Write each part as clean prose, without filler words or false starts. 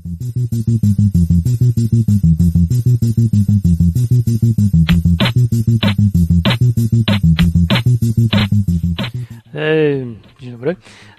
Dzień dobry.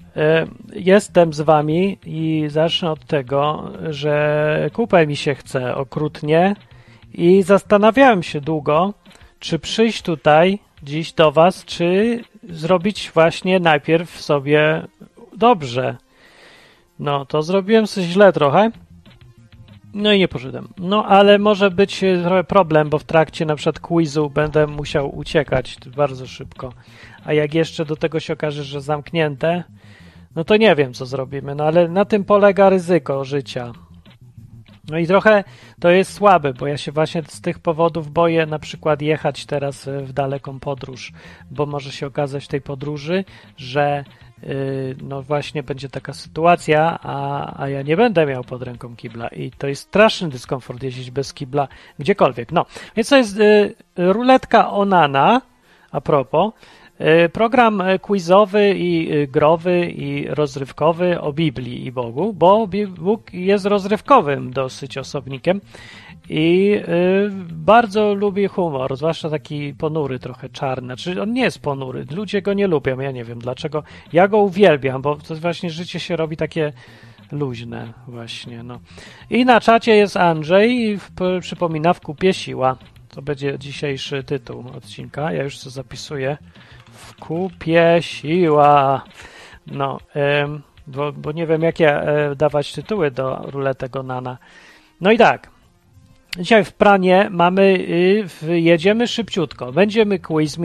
Jestem z wami i zacznę od tego, że kupę mi się chce okrutnie i zastanawiałem się długo, czy przyjść tutaj dziś do was, czy zrobić właśnie najpierw sobie dobrze. No, to zrobiłem coś źle trochę. No i nie poszedłem. No, ale może być trochę problem, bo w trakcie na przykład quizu będę musiał uciekać bardzo szybko. A jak jeszcze do tego się okaże, że zamknięte, no to nie wiem, co zrobimy. No, ale na tym polega ryzyko życia. No i trochę to jest słabe, bo ja się właśnie z tych powodów boję na przykład jechać teraz w daleką podróż, bo może się okazać w tej podróży, że no właśnie będzie taka sytuacja, a ja nie będę miał pod ręką kibla i to jest straszny dyskomfort jeździć bez kibla gdziekolwiek. No, więc to jest ruletka Onana, a propos, program quizowy i growy i rozrywkowy o Biblii i Bogu, bo Bóg jest rozrywkowym dosyć osobnikiem i bardzo lubi humor, zwłaszcza taki ponury, trochę czarny. Znaczy on nie jest ponury, ludzie go nie lubią, ja nie wiem dlaczego. Ja go uwielbiam, bo to właśnie życie się robi takie luźne właśnie, no. I na czacie jest Andrzej i przypomina w kupie siła. To będzie dzisiejszy tytuł odcinka, ja już to zapisuję. W kupie siła. No, bo nie wiem, jakie dawać tytuły do ruletek Onana. No i tak. Dzisiaj w planie mamy, jedziemy szybciutko. Będziemy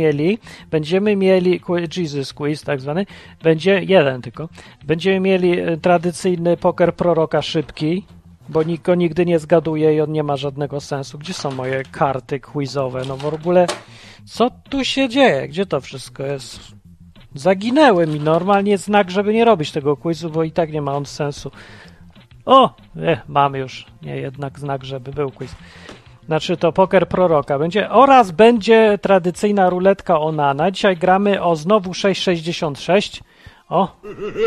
mieli Jesus quiz tak zwany, będzie jeden tylko. Będziemy mieli tradycyjny poker proroka szybki, bo nikt go nigdy nie zgaduje i on nie ma żadnego sensu. Gdzie są moje karty quizowe? No w ogóle, co tu się dzieje? Gdzie to wszystko jest? Zaginęły mi normalnie znak, żeby nie robić tego quizu, bo i tak nie ma on sensu. O! Mam już. Nie, jednak znak, żeby był quiz. Znaczy to poker proroka będzie. Oraz będzie tradycyjna ruletka Onana. Dzisiaj gramy o znowu 666. O!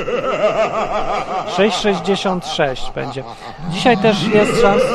666 będzie. Dzisiaj też jest szansa...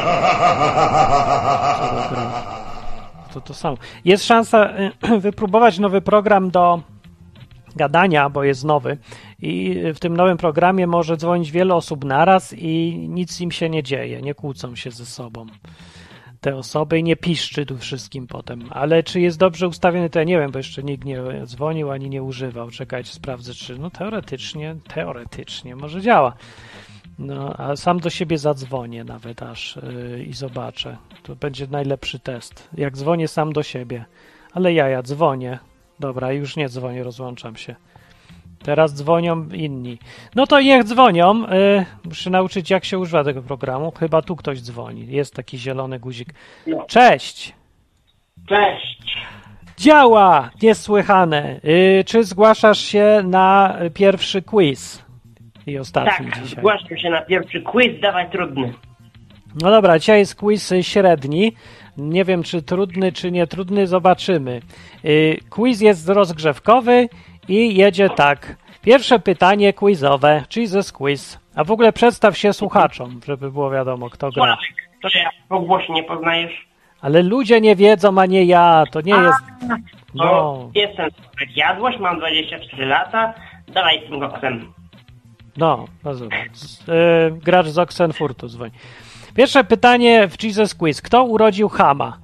To samo. Jest szansa wypróbować nowy program do gadania, bo jest nowy i w tym nowym programie może dzwonić wiele osób naraz i nic im się nie dzieje, nie kłócą się ze sobą te osoby i nie piszczy tu wszystkim potem. Ale czy jest dobrze ustawiony, to ja nie wiem, bo jeszcze nikt nie dzwonił ani nie używał. Czekajcie, sprawdzę, czy no teoretycznie może działa. No, a sam do siebie zadzwonię nawet aż i zobaczę. To będzie najlepszy test. Jak dzwonię sam do siebie. Ale ja dzwonię. Dobra, już nie dzwonię, rozłączam się. Teraz dzwonią inni. No to niech dzwonią. Muszę nauczyć, jak się używa tego programu. Chyba tu ktoś dzwoni. Jest taki zielony guzik. Cześć! Cześć! Działa! Niesłychane. Czy zgłaszasz się na pierwszy quiz? I ostatni tak, dzisiaj. Zgłaszam się na pierwszy quiz, dawaj trudny. No dobra, dzisiaj jest quiz średni. Nie wiem, czy trudny, czy nietrudny, zobaczymy. Quiz jest rozgrzewkowy i jedzie tak. Pierwsze pytanie quizowe, Jesus quiz. A w ogóle przedstaw się słuchaczom, żeby było wiadomo, kto gra. Sławek, to ja po głosie nie poznajesz? Ale ludzie nie wiedzą, a nie ja. To nie jest... No. Jestem Sławek Jadłoś, mam 24 lata. Dawaj z tym goksem. No zobacz. Gracz z Oxenfurtu dzwoni. Pierwsze pytanie w Jesus quiz. Kto urodził Hama?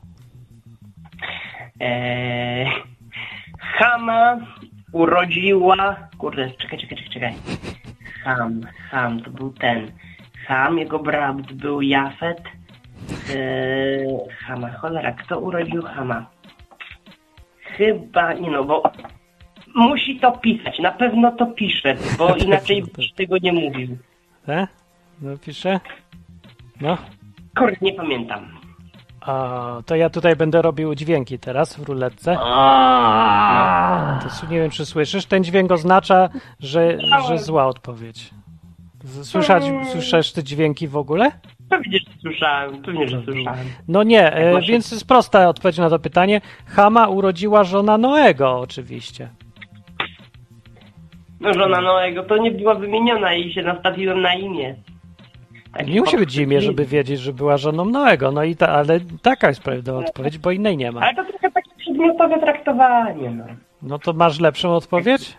Hama urodziła... Kurde, czekaj. Ham, to był ten. Ham, jego brat był Jafet. Hama, cholera, kto urodził Hama? Chyba, nie no, bo musi to pisać, na pewno to pisze, bo inaczej byś tego nie mówił. No pisze? No. Kurde, nie pamiętam. To ja tutaj będę robił dźwięki teraz w ruletce. To nie wiem, czy słyszysz. Ten dźwięk oznacza, że zła odpowiedź. Słyszysz te dźwięki w ogóle? Pewnie, że słyszałem. No nie, więc jest prosta odpowiedź na to pytanie. Chama urodziła żona Noego oczywiście. No żona Noego to nie była wymieniona i się nastawiłem na imię. Nie musi być imię, żeby wiedzieć, że była żoną Noego. No i ale taka jest prawidłowa odpowiedź, bo innej nie ma. Ale to trochę takie przedmiotowe traktowanie, no. No to masz lepszą odpowiedź?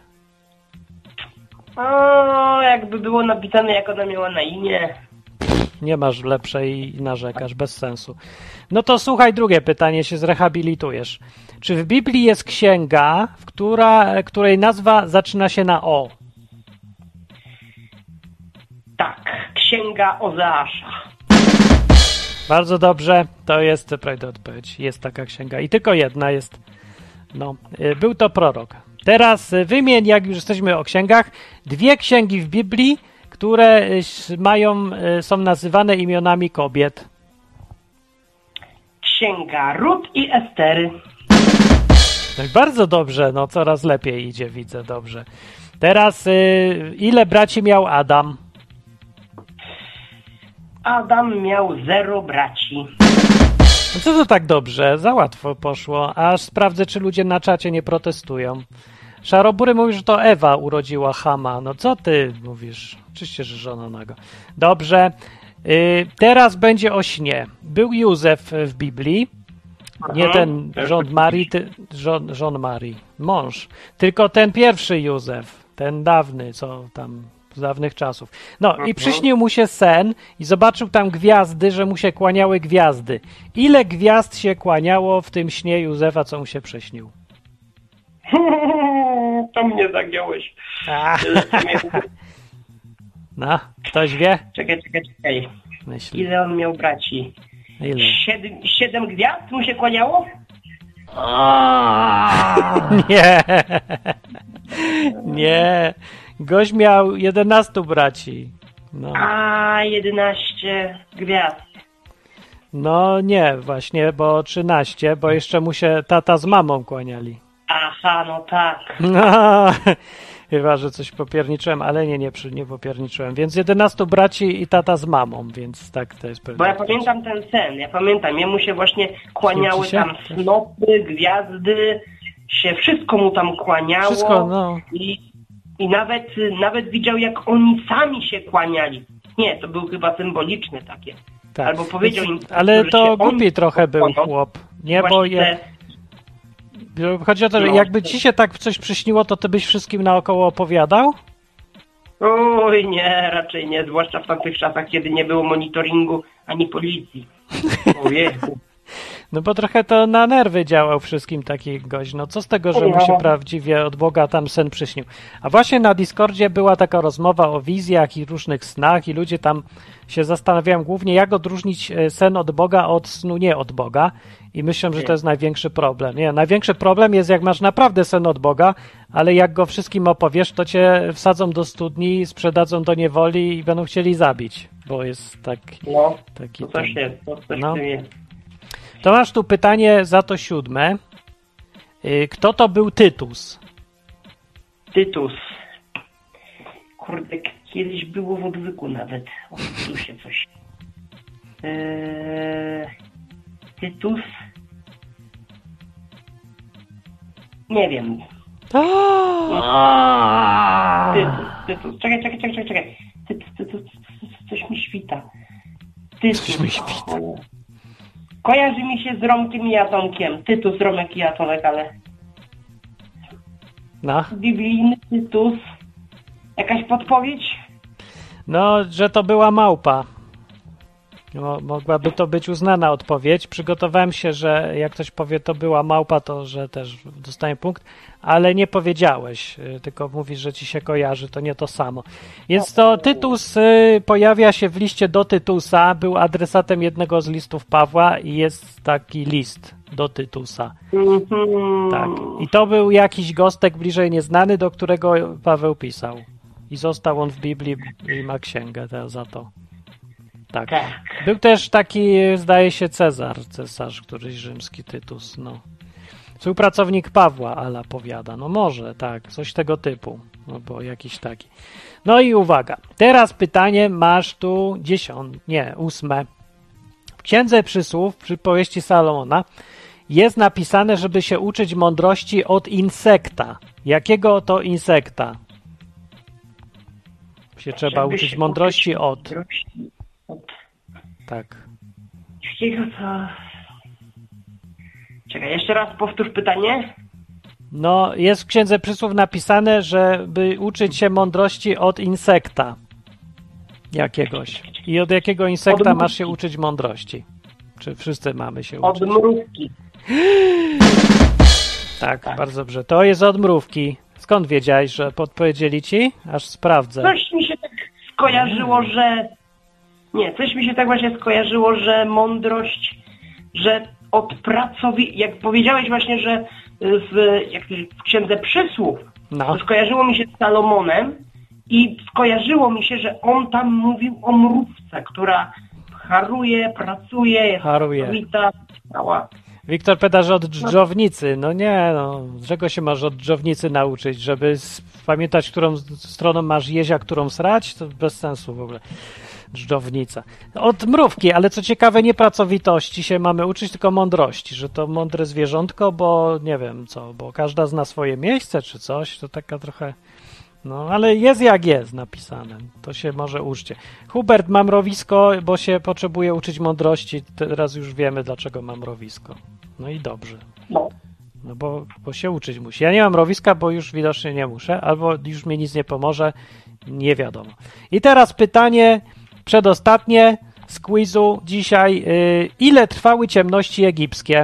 O, jakby było napisane, jak ona miała na imię. Nie masz lepszej i narzekasz, bez sensu. No to słuchaj, drugie pytanie, się zrehabilitujesz. Czy w Biblii jest księga, której nazwa zaczyna się na O? Tak, Księga Ozeasza. Bardzo dobrze, to jest prawda odpowiedź. Jest taka księga i tylko jedna jest. No, był to prorok. Teraz wymień, jak już jesteśmy o księgach, 2 księgi w Biblii, które są nazywane imionami kobiet. Księga Rut i Estery. No i bardzo dobrze, no coraz lepiej idzie, widzę, dobrze. Teraz ile braci miał Adam? Adam miał 0 braci. No co to tak dobrze? Za łatwo poszło. Aż sprawdzę, czy ludzie na czacie nie protestują. Szarobury mówi, że to Ewa urodziła Chama. No co ty mówisz? Oczywiście, że żona nago. Dobrze. Teraz będzie o śnie. Był Józef w Biblii. Nie ten rząd Marii, żon Marii, mąż. Tylko ten pierwszy Józef. Ten dawny, co tam z dawnych czasów. No i przyśnił mu się sen i zobaczył tam gwiazdy, że mu się kłaniały gwiazdy. Ile gwiazd się kłaniało w tym śnie Józefa, co mu się przyśnił? To mnie zagiąłeś. No, ktoś wie? Czekaj. Myśli. Ile on miał braci? Ile? 7 gwiazd mu się kłaniało? Nie. Nie. Gość miał 11 braci. No. 11 gwiazd. No nie, właśnie, bo 13, bo jeszcze mu się tata z mamą kłaniali. Aha, no tak. No, chyba, że coś popierniczyłem, ale nie popierniczyłem. Więc 11 braci i tata z mamą, więc tak to jest pewne. Bo ja pamiętam ten sen, jemu się właśnie kłaniały tam snopy, gwiazdy, wszystko mu tam kłaniało. Wszystko, no. I nawet widział, jak oni sami się kłaniali. Nie, to był chyba symboliczne takie. Tak. Albo powiedział im... Ale to głupi trochę był chłop. Nie, bo chodzi o to, że jakby ci się tak coś przyśniło, to ty byś wszystkim naokoło opowiadał? Oj, nie, raczej nie. Zwłaszcza w tamtych czasach, kiedy nie było monitoringu ani policji. Ojej. No bo trochę to na nerwy działał wszystkim taki gość. No co z tego, że mu się prawdziwie od Boga tam sen przyśnił. A właśnie na Discordzie była taka rozmowa o wizjach i różnych snach i ludzie tam się zastanawiają głównie, jak odróżnić sen od Boga od snu nie od Boga. I myślę, że to jest największy problem. Nie, największy problem jest, jak masz naprawdę sen od Boga, ale jak go wszystkim opowiesz, to cię wsadzą do studni, sprzedadzą do niewoli i będą chcieli zabić, bo jest taki... No, taki to coś jest, to coś jest. To masz tu pytanie za to 7. Kto to był Tytus? Tytus. Kurde, kiedyś było w odwyku nawet. O Tytusie coś. Tytus? Nie wiem. Tytus. Czekaj. Tytus. Coś mi świta. Coś mi świta. Kojarzy mi się z Romkiem i Atomkiem. Tytus, Romek i Atomek, ale... No. Biblijny Tytus. Jakaś podpowiedź? No, że to była małpa. No, mogłaby to być uznana odpowiedź. Przygotowałem się, że jak ktoś powie, to była małpa, to że też dostanie punkt, ale nie powiedziałeś, tylko mówisz, że ci się kojarzy, to nie to samo. Więc to Tytus pojawia się w liście do Tytusa, był adresatem jednego z listów Pawła i jest taki list do Tytusa. Tak. I to był jakiś gostek bliżej nieznany, do którego Paweł pisał. I został on w Biblii i ma księgę za to. Tak. Był też taki, zdaje się, cesarz, któryś rzymski Tytus, no. Współpracownik Pawła, Ala powiada. No może, tak, coś tego typu. No bo jakiś taki. No i uwaga. Teraz pytanie masz tu 8. W Księdze Przysłów, przy powieści Salomona, jest napisane, żeby się uczyć mądrości od insekta. Jakiego to insekta? Trzeba uczyć mądrości od... Tak. Wszystkiego co... Czekaj, jeszcze raz powtórz pytanie. No, jest w Księdze Przysłów napisane, żeby uczyć się mądrości od insekta jakiegoś. I od jakiego insekta masz się uczyć mądrości? Czy wszyscy mamy się Od uczyć? mrówki. Tak, bardzo dobrze. To jest od mrówki. Skąd wiedziałeś, że podpowiedzieli ci? Aż sprawdzę. Coś mi się tak skojarzyło, że... Nie, coś mi się tak właśnie skojarzyło, że mądrość, że od jak powiedziałeś właśnie, że w Księdze Przysłów, No. to skojarzyło mi się z Salomonem i skojarzyło mi się, że on tam mówił o mrówce, która haruje, pracuje, jest pracowita, cała. Wiktor pyta, że od dżdżownicy. No nie, no. Czego się masz od dżdżownicy nauczyć? Żeby pamiętać, którą stroną masz jeść, a którą srać? To bez sensu w ogóle. Dżdżownica. Od mrówki, ale co ciekawe, nie pracowitości się mamy uczyć, tylko mądrości, że to mądre zwierzątko, bo nie wiem co, bo każda zna swoje miejsce czy coś, to taka trochę... No, ale jest jak jest napisane. To się może uczcie. Hubert ma mrowisko, bo się potrzebuje uczyć mądrości. Teraz już wiemy, dlaczego ma mrowisko. No i dobrze. No bo się uczyć musi. Ja nie mam mrowiska, bo już widocznie nie muszę, albo już mi nic nie pomoże. Nie wiadomo. I teraz pytanie przedostatnie z quizu dzisiaj. Ile trwały ciemności egipskie?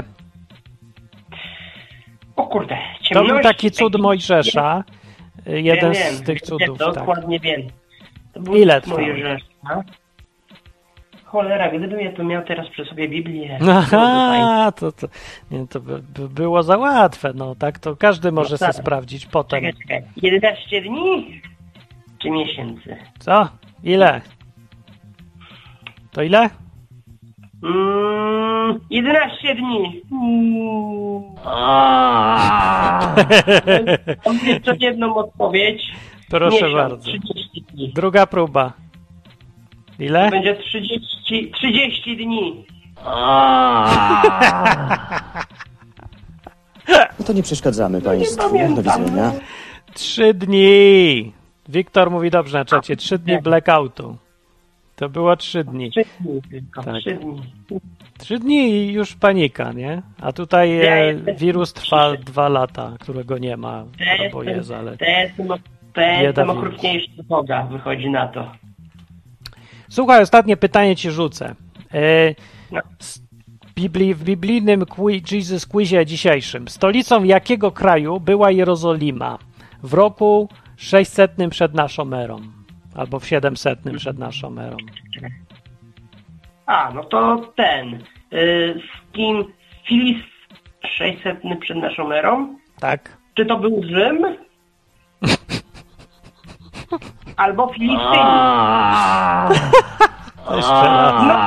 O kurde, ciemności. To był taki cud Mojżesza. Jeden wiem, z tych cudów. Dokładnie wiem. To był Ile cud Mojżesza. Cholera, gdybym ja tu miał teraz przy sobie Biblię. Aha, to by było za łatwe. No tak, to każdy może sobie sprawdzić potem. Czekaj. 11 dni czy miesięcy? Co? Ile? To ile? 11 dni. Mam jeszcze jedną odpowiedź. Proszę Miesiąc, bardzo. 30 dni. Druga próba. Ile? Będzie 30 dni. No to nie przeszkadzamy Państwu. Do widzenia. 3 dni. Wiktor mówi dobrze na czacie. 3 dni blackoutu. To było 3 dni. 3 dni tylko. Tak. 3 dni. 3 dni i już panika, nie? A tutaj wirus trwa 2 lata, którego nie ma. Albo jest, ale... To jestem okrutniejszy od Boga, wychodzi na to. Słuchaj, ostatnie pytanie ci rzucę. W biblijnym Jesus Quizie dzisiejszym stolicą jakiego kraju była Jerozolima w roku 600 przed naszą erą? Albo w 700 przed naszą erą. No to ten. Z kim? Filis 600 przed naszą erą? Tak. Czy to był Rzym? Albo Filistyni. Jeszcze raz.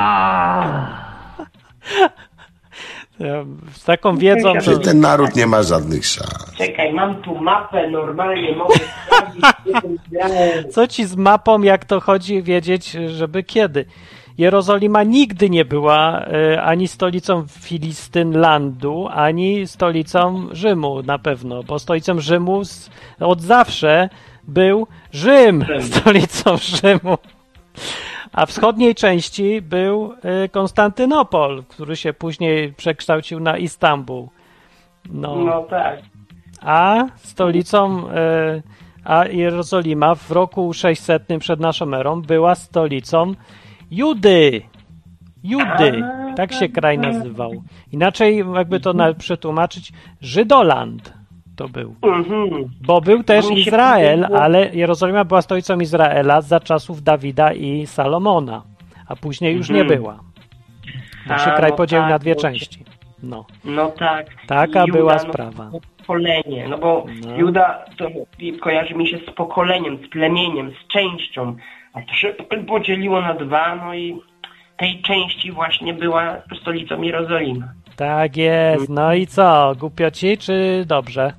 Z taką wiedzą... Że ten naród nie ma żadnych szans. Czekaj, mam tu mapę, normalnie mogę sprawdzić. Co ci z mapą, jak to chodzi, wiedzieć, żeby kiedy? Jerozolima nigdy nie była ani stolicą Filistynlandu, ani stolicą Rzymu na pewno, bo stolicą Rzymu od zawsze był Rzym, stolicą Rzymu. A w wschodniej części był Konstantynopol, który się później przekształcił na Istanbul. No tak. A stolicą, a Jerozolima w roku 600 przed naszą erą była stolicą Judy. Tak się kraj nazywał. Inaczej, jakby to przetłumaczyć, Żydoland to był. Bo był też Izrael, ale Jerozolima była stolicą Izraela za czasów Dawida i Salomona, a później już nie była. Bo się kraj podzielił na 2 części. No tak. Taka była sprawa. Pokolenie, bo Juda to kojarzy mi się z pokoleniem, z plemieniem, z częścią, a to się podzieliło na 2, i tej części właśnie była stolicą Jerozolima. Tak jest. No i co? Głupio ci, czy dobrze?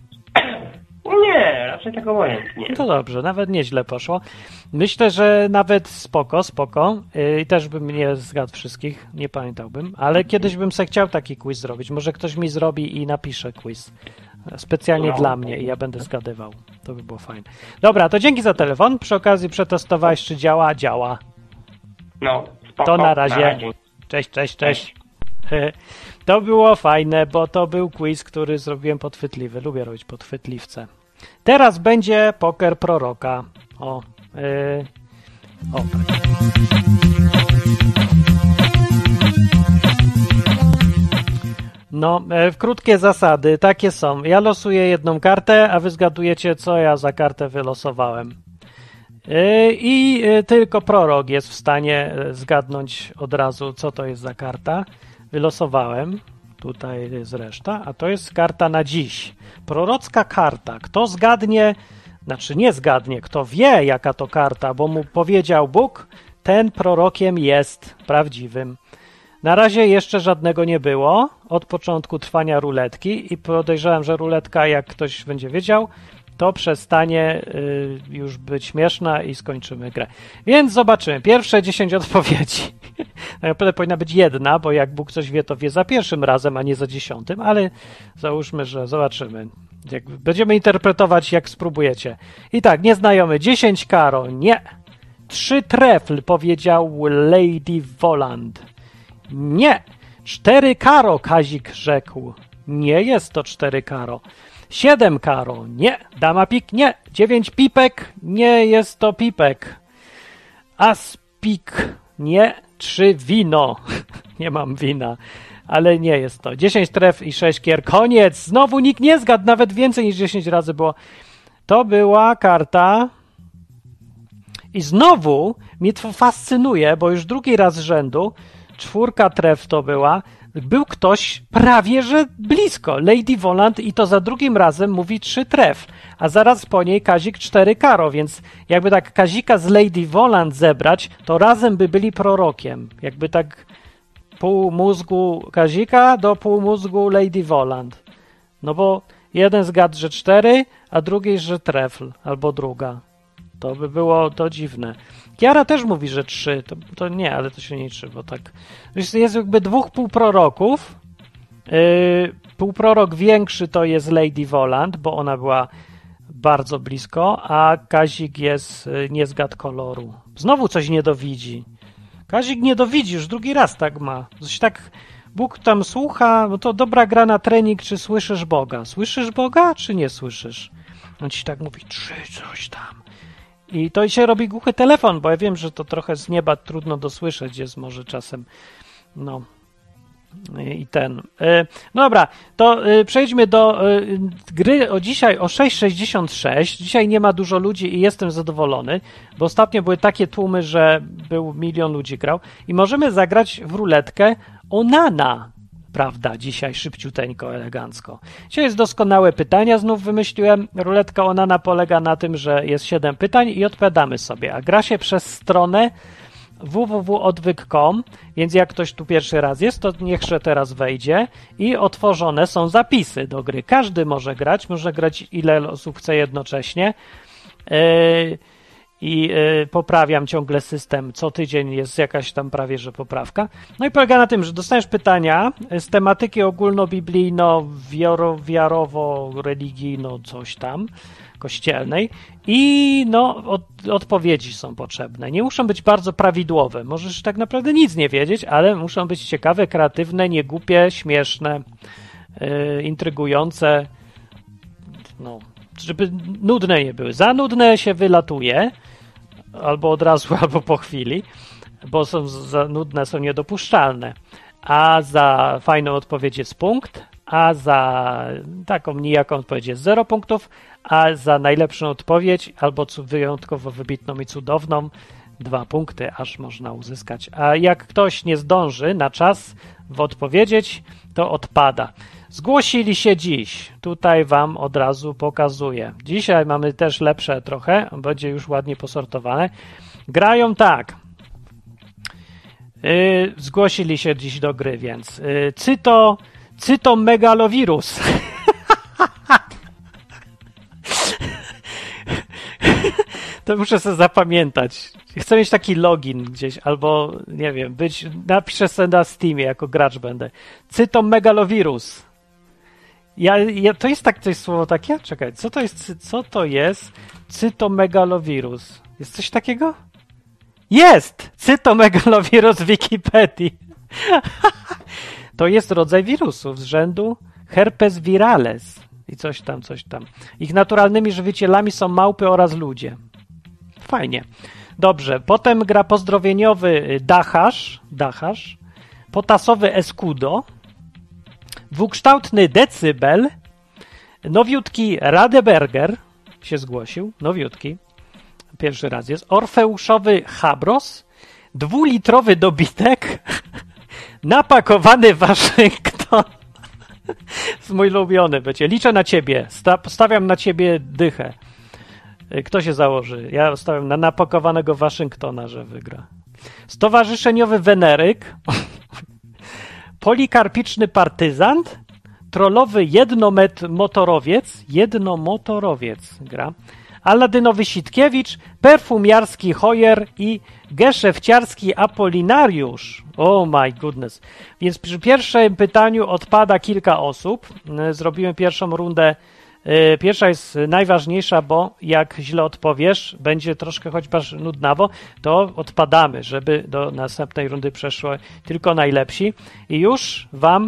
Nie, raczej tak obojętnie. To dobrze, nawet nieźle poszło. Myślę, że nawet spoko. I też bym nie zgadł wszystkich, nie pamiętałbym, ale kiedyś bym se chciał taki quiz zrobić. Może ktoś mi zrobi i napisze quiz. Specjalnie dla mnie i ja będę zgadywał. To by było fajne. Dobra, to dzięki za telefon. Przy okazji przetestowałeś, czy działa. Działa. No, spoko. To na razie. Cześć. To było fajne, bo to był quiz, który zrobiłem podchwytliwy. Lubię robić podchwytliwce. Teraz będzie poker proroka. No, krótkie zasady, takie są. Ja losuję jedną kartę, a wy zgadujecie, co ja za kartę wylosowałem. I tylko prorok jest w stanie zgadnąć od razu, co to jest za karta. Wylosowałem, tutaj jest reszta, a to jest karta na dziś. Prorocka karta. Kto zgadnie, znaczy nie zgadnie, kto wie, jaka to karta, bo mu powiedział Bóg, ten prorokiem jest prawdziwym. Na razie jeszcze żadnego nie było od początku trwania ruletki i podejrzewam, że ruletka, jak ktoś będzie wiedział, to przestanie już być śmieszna i skończymy grę. Więc zobaczymy. Pierwsze 10 odpowiedzi. Naprawdę powinna być jedna, bo jak Bóg coś wie, to wie za pierwszym razem, a nie za 10, ale załóżmy, że zobaczymy. Będziemy interpretować, jak spróbujecie. I tak, nieznajomy. 10 karo. Nie. 3 trefl, powiedział Lady Voland. Nie. 4 karo, Kazik rzekł. Nie jest to 4 karo. 7 karo. Nie. Dama pik. Nie. 9 pipek. Nie jest to pipek. As pik. Nie. 3 wino. Nie mam wina. Ale nie jest to. 10 tref i 6 kier. Koniec. Znowu nikt nie zgadł. Nawet więcej niż 10 razy było. To była karta. I znowu mnie to fascynuje, bo już drugi raz z rzędu 4 tref to była. Był ktoś prawie, że blisko. Lady Voland i to za drugim razem mówi 3 tref. A zaraz po niej Kazik 4 karo, więc jakby tak Kazika z Lady Voland zebrać, to razem by byli prorokiem. Jakby tak pół mózgu Kazika do pół mózgu Lady Voland. No bo jeden zgadł, że 4, a drugi, że trefl, albo druga. To by było to dziwne. Kiara też mówi, że 3. To nie, ale to się nie liczy, bo tak. Jest jakby 2 półproroków. Półprorok większy to jest Lady Voland, bo ona była bardzo blisko, a Kazik jest nie zgadł koloru. Znowu coś nie dowidzi. Kazik nie dowidzi, już drugi raz tak ma. Coś tak Bóg tam słucha, no to dobra gra na trening, czy słyszysz Boga? Słyszysz Boga, czy nie słyszysz? On ci tak mówi, 3 coś tam. I to się robi głuchy telefon, bo ja wiem, że to trochę z nieba trudno dosłyszeć jest może czasem. No. I ten. No dobra, to przejdźmy do gry o dzisiaj o 6,66. Dzisiaj nie ma dużo ludzi i jestem zadowolony, bo ostatnio były takie tłumy, że był 1 milion ludzi grał i możemy zagrać w ruletkę Onana. Prawda, dzisiaj szybciuteńko, elegancko. Dzisiaj jest doskonałe pytania, znów wymyśliłem. Ruletka Onana polega na tym, że jest 7 pytań i odpowiadamy sobie, a gra się przez stronę www.odwyk.com, więc jak ktoś tu pierwszy raz jest, to niechże teraz wejdzie i otworzone są zapisy do gry. Każdy może grać ile osób chce jednocześnie. I poprawiam ciągle system. Co tydzień jest jakaś tam prawie, że poprawka. No i polega na tym, że dostajesz pytania z tematyki ogólnobiblijno-wiarowo-religijno coś tam, kościelnej i no odpowiedzi są potrzebne. Nie muszą być bardzo prawidłowe. Możesz tak naprawdę nic nie wiedzieć, ale muszą być ciekawe, kreatywne, niegłupie, śmieszne, intrygujące. No, żeby nudne nie były. Za nudne się wylatuje, albo od razu, albo po chwili, bo są za nudne, są niedopuszczalne. A za fajną odpowiedź jest punkt, a za taką nijaką odpowiedź jest 0 punktów, a za najlepszą odpowiedź, albo wyjątkowo wybitną i cudowną, 2 punkty aż można uzyskać. A jak ktoś nie zdąży na czas odpowiedzieć, to odpada. Zgłosili się dziś. Tutaj wam od razu pokazuję. Dzisiaj mamy też lepsze trochę. Będzie już ładnie posortowane. Grają tak. Zgłosili się dziś do gry, więc cytomegalowirus. To muszę sobie zapamiętać. Chcę mieć taki login gdzieś, albo nie wiem, napiszę sobie na Steamie, jako gracz będę. Cytomegalowirus. To jest tak coś słowo takie? Czekaj, co to jest cytomegalowirus? Jest coś takiego? Jest! Cytomegalowirus w Wikipedii. To jest rodzaj wirusów z rzędu herpes virales i coś tam. Ich naturalnymi żywicielami są małpy oraz ludzie. Fajnie. Dobrze. Potem gra pozdrowieniowy Dacharz, potasowy Escudo, dwukształtny Decybel, nowiutki Radeberger się zgłosił, nowiutki, pierwszy raz jest, orfeuszowy Habros, 2-litrowy dobitek, napakowany Waszyngton. jest mój ulubiony, będzie. Liczę na ciebie, stawiam na ciebie dychę. Kto się założy? Ja stawiam na napakowanego Waszyngtona, że wygra. Stowarzyszeniowy Weneryk, polikarpiczny partyzant, trollowy jednomotorowiec gra, aladynowy Sitkiewicz, perfumiarski Hoyer i geszefciarski Apolinariusz. Oh my goodness. Więc przy pierwszym pytaniu odpada kilka osób. Zrobimy pierwszą rundę. Pierwsza jest najważniejsza, bo jak źle odpowiesz, będzie troszkę choćby nudnawo, to odpadamy, żeby do następnej rundy przeszło tylko najlepsi. I już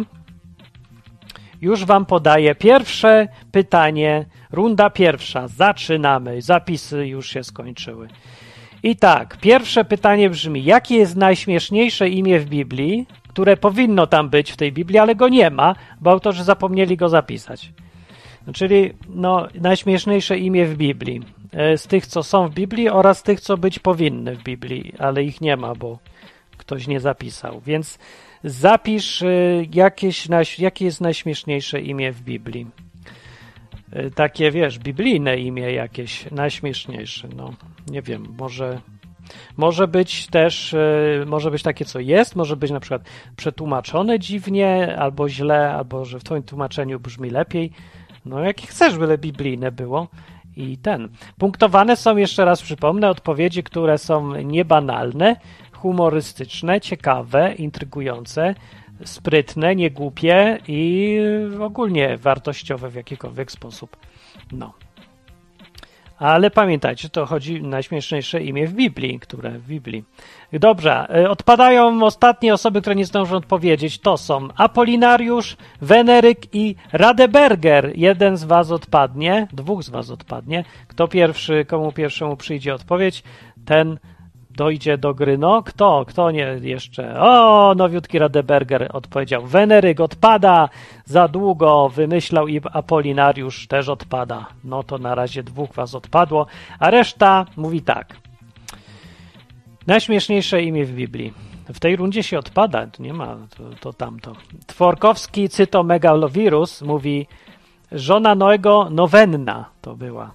wam podaję pierwsze pytanie, runda pierwsza. Zaczynamy. Zapisy już się skończyły. I tak, pierwsze pytanie brzmi, jakie jest najśmieszniejsze imię w Biblii, które powinno tam być w tej Biblii, ale go nie ma, bo autorzy zapomnieli go zapisać. Czyli najśmieszniejsze imię w Biblii. Z tych, co są w Biblii oraz tych, co być powinny w Biblii, ale ich nie ma, bo ktoś nie zapisał. Więc zapisz jakie jest najśmieszniejsze imię w Biblii. Takie, biblijne imię jakieś, najśmieszniejsze. Nie wiem, może być też, może być takie, co jest, może być na przykład przetłumaczone dziwnie, albo źle, albo że w twoim tłumaczeniu brzmi lepiej. Jakie chcesz, byle biblijne było. I punktowane są, jeszcze raz przypomnę, odpowiedzi, które są niebanalne, humorystyczne, ciekawe, intrygujące, sprytne, niegłupie i ogólnie wartościowe w jakikolwiek sposób. Ale pamiętajcie, to chodzi o najśmieszniejsze imię w Biblii, które w Biblii. Dobrze, odpadają ostatnie osoby, które nie zdążą odpowiedzieć. To są Apolinariusz, Weneryk i Radeberger. Jeden z was odpadnie, dwóch z was odpadnie. Komu pierwszemu przyjdzie odpowiedź, ten dojdzie do gry. Kto nie jeszcze? Nowiutki Radeberger odpowiedział. Weneryk odpada, za długo wymyślał i Apolinariusz też odpada. To na razie dwóch was odpadło, a reszta mówi tak. Najśmieszniejsze imię w Biblii. W tej rundzie się odpada, tu nie ma to tamto. Tworkowski cytomegalowirus mówi, żona Noego Nowenna to była.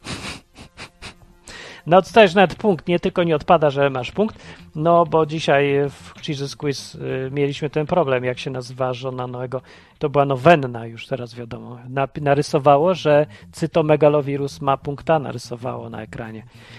Dostajesz nawet punkt, nie tylko nie odpada, że masz punkt, bo dzisiaj w Jesus Quiz mieliśmy ten problem, jak się nazywa żona Noego. To była Nowenna, już teraz wiadomo. Narysowało, że cytomegalowirus ma punkta, narysowało na ekranie.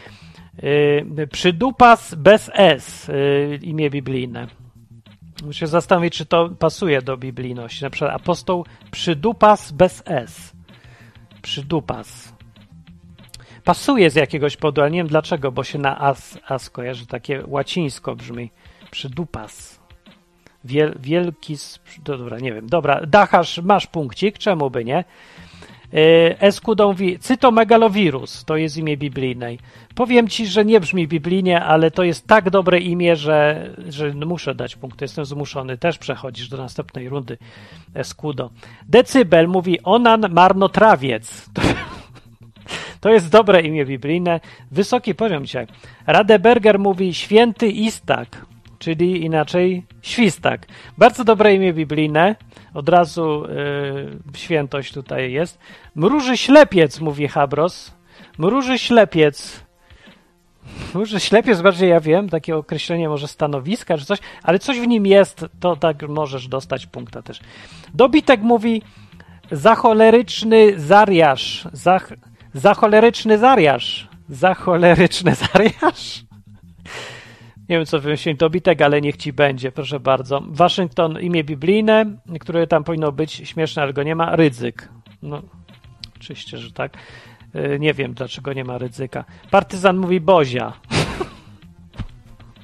Przydupas bez S, imię biblijne. Muszę się zastanowić, czy to pasuje do biblijności. Na przykład apostoł Przydupas bez S. Przydupas. Pasuje z jakiegoś powodu, ale nie wiem dlaczego, bo się na as kojarzy, takie łacińsko brzmi. Przydupas. Wielki... Dobra, nie wiem. Dobra, Dacharz, masz punkcik, czemu by nie? Escudo mówi, cytomegalowirus, to jest imię biblijnej. Powiem ci, że nie brzmi biblijnie, ale to jest tak dobre imię, że muszę dać punkt. Jestem zmuszony. Też przechodzisz do następnej rundy. Escudo. Decybel mówi, onan marnotrawiec. To jest dobre imię biblijne. Wysoki poziom dzisiaj. Radeberger mówi święty Istak, czyli inaczej świstak. Bardzo dobre imię biblijne. Od razu świętość tutaj jest. Mruży ślepiec, mówi Habros. Mruży ślepiec. Mruży ślepiec, bardziej ja wiem, takie określenie może stanowiska czy coś, ale coś w nim jest, to tak możesz dostać punkta też. Dobitek mówi zacholeryczny zariasz. Zacholeryczny zariasz. Zacholeryczny zariasz? Nie wiem, co wymyślił dobitek, ale niech ci będzie, proszę bardzo. Waszyngton, imię biblijne, które tam powinno być śmieszne, ale go nie ma. Rydzyk. Oczywiście, że tak. Nie wiem, dlaczego nie ma Rydzyka. Partyzan mówi Bozia.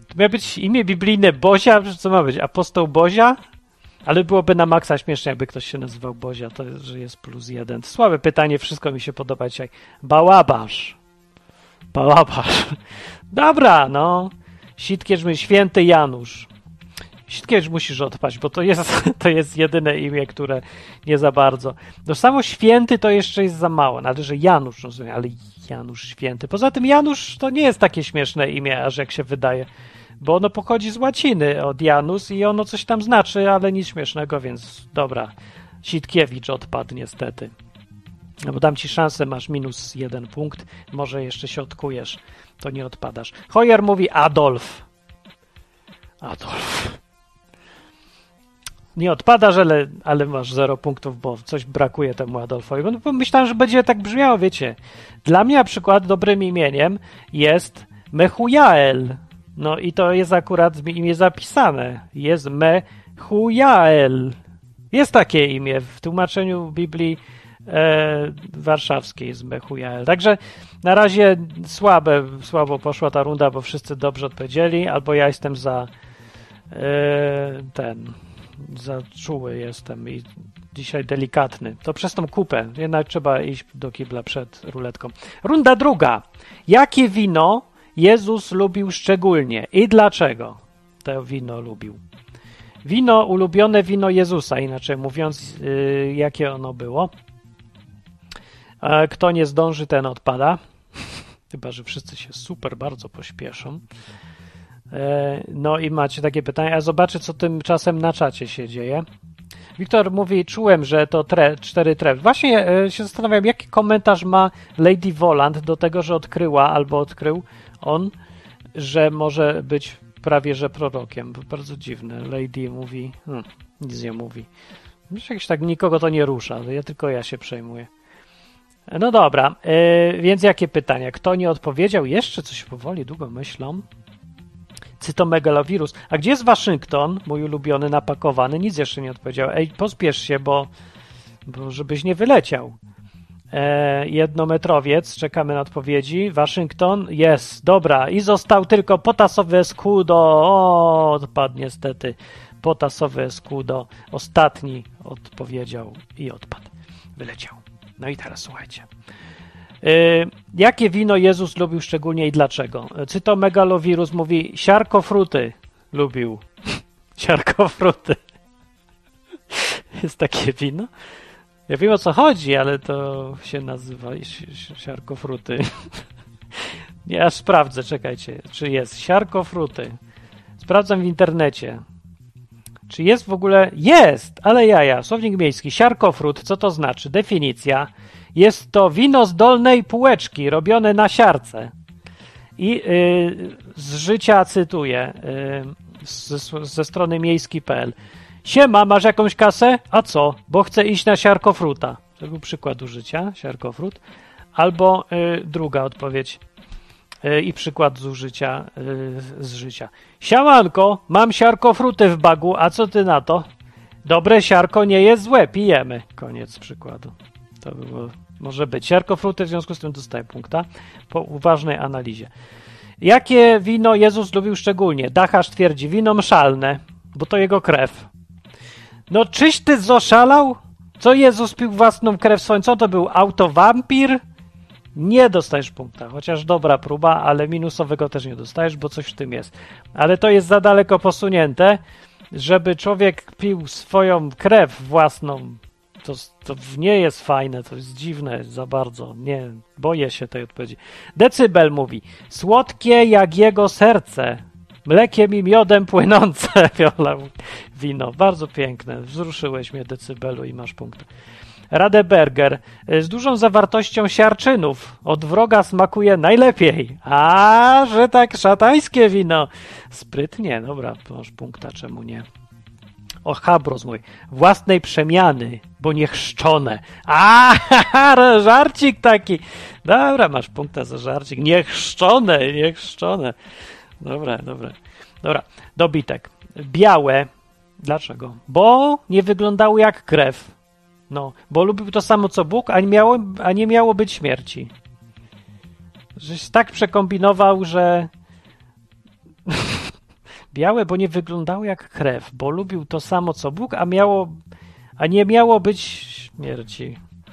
To miał być imię biblijne Bozia? Co ma być? Apostoł Bozia? Ale byłoby na maksa śmiesznie, jakby ktoś się nazywał Bozia, to jest, że jest +1. Słabe pytanie, wszystko mi się podoba dzisiaj. Bałabasz. Dobra, no. Sitkierz mówi Święty Janusz. Sitkierz musisz odpaść, bo to jest jedyne imię, które nie za bardzo. No samo Święty to jeszcze jest za mało. Należy Janusz, rozumiem, ale Janusz Święty. Poza tym Janusz to nie jest takie śmieszne imię, aż jak się wydaje. Bo ono pochodzi z łaciny od Janus i ono coś tam znaczy, ale nic śmiesznego, więc dobra. Sitkiewicz odpadł niestety. No bo dam ci szansę, masz -1 punkt, może jeszcze się odkujesz, to nie odpadasz. Hoyer mówi Adolf. Nie odpadasz, ale masz 0 punktów, bo coś brakuje temu Adolfowi. Bo myślałem, że będzie tak brzmiało, wiecie. Dla mnie na przykład dobrym imieniem jest Mechujael. No i to jest akurat imię zapisane. Jest Mechujael. Jest takie imię w tłumaczeniu Biblii warszawskiej jest Mechujael. Także na razie słabo poszła ta runda, bo wszyscy dobrze odpowiedzieli, albo ja jestem za czuły jestem i dzisiaj delikatny. To przez tą kupę. Jednak trzeba iść do kibla przed ruletką. Runda druga. Jakie wino Jezus lubił szczególnie i dlaczego to wino lubił? Ulubione wino Jezusa, inaczej mówiąc, jakie ono było. Kto nie zdąży, ten odpada. Chyba że wszyscy się super bardzo pośpieszą. No i macie takie pytania. A zobaczę, co tymczasem na czacie się dzieje. Wiktor mówi, czułem, że to 4 tref. Właśnie się zastanawiam, jaki komentarz ma Lady Voland do tego, że odkryła albo odkrył on, że może być prawie że prorokiem. Bardzo dziwne. Lady mówi, nic nie mówi. Jakieś tak nikogo to nie rusza, tylko ja się przejmuję. No dobra, więc jakie pytania? Kto nie odpowiedział? Jeszcze coś powoli, długo myślą. Cytomegalowirus. A gdzie jest Waszyngton, mój ulubiony, napakowany? Nic jeszcze nie odpowiedział. Ej, pospiesz się, bo żebyś nie wyleciał. Jednometrowiec, czekamy na odpowiedzi. Waszyngton, jest, dobra. I został tylko potasowe escudo. Odpadł niestety. Potasowe escudo. Ostatni odpowiedział i odpadł. Wyleciał. No i teraz słuchajcie. Jakie wino Jezus lubił szczególnie i dlaczego? Cytomegalowirus mówi, siarkofruty lubił. Siarkofruty. Jest takie wino? Ja wiem, o co chodzi, ale to się nazywa siarkofruty. Ja aż sprawdzę, czekajcie, czy jest siarkofruty. Sprawdzam w internecie. Czy jest w ogóle? Jest, ale jaja. Słownik miejski. Siarkofrut, co to znaczy? Definicja. Jest to wino z dolnej półeczki, robione na siarce. I z życia cytuję, ze strony miejski.pl. Siema, masz jakąś kasę? A co? Bo chcę iść na siarkofruta. To był przykład użycia, siarkofrut. Albo druga odpowiedź i przykład zużycia z życia. Siamanko, mam siarkofruty w bagu, a co ty na to? Dobre siarko nie jest złe, pijemy. Koniec przykładu. To było, może być. Siarkofruty, w związku z tym dostaję punkta po uważnej analizie. Jakie wino Jezus lubił szczególnie? Dacharz twierdzi, wino mszalne, bo to jego krew. No czyś ty zoszalał? Co Jezus pił własną krew swoją? Co to był? Autowampir? Nie dostajesz punkta, chociaż dobra próba, ale minusowego też nie dostajesz, bo coś w tym jest. Ale to jest za daleko posunięte, żeby człowiek pił swoją krew własną. To nie jest fajne, to jest dziwne za bardzo. Nie, boję się tej odpowiedzi. Decybel mówi, słodkie jak jego serce, mlekiem i miodem płynące. Viola, wino, bardzo piękne. Wzruszyłeś mnie, Decybelu, i masz punkt. Radeberger, z dużą zawartością siarczynów. Od wroga smakuje najlepiej. A, że tak szatańskie wino. Sprytnie, dobra, masz punkta, czemu nie? O, Habros mój. Własnej przemiany, bo niechrzczone. A, żarcik taki. Dobra, masz punkta za żarcik. Niechrzczone. Dobra. Dobitek. Białe. Dlaczego? Bo nie wyglądały jak krew. No, bo lubił to samo co Bóg, a nie miało być śmierci. Żeś tak przekombinował, że białe, bo nie wyglądało jak krew, bo lubił to samo co Bóg, a nie miało być śmierci.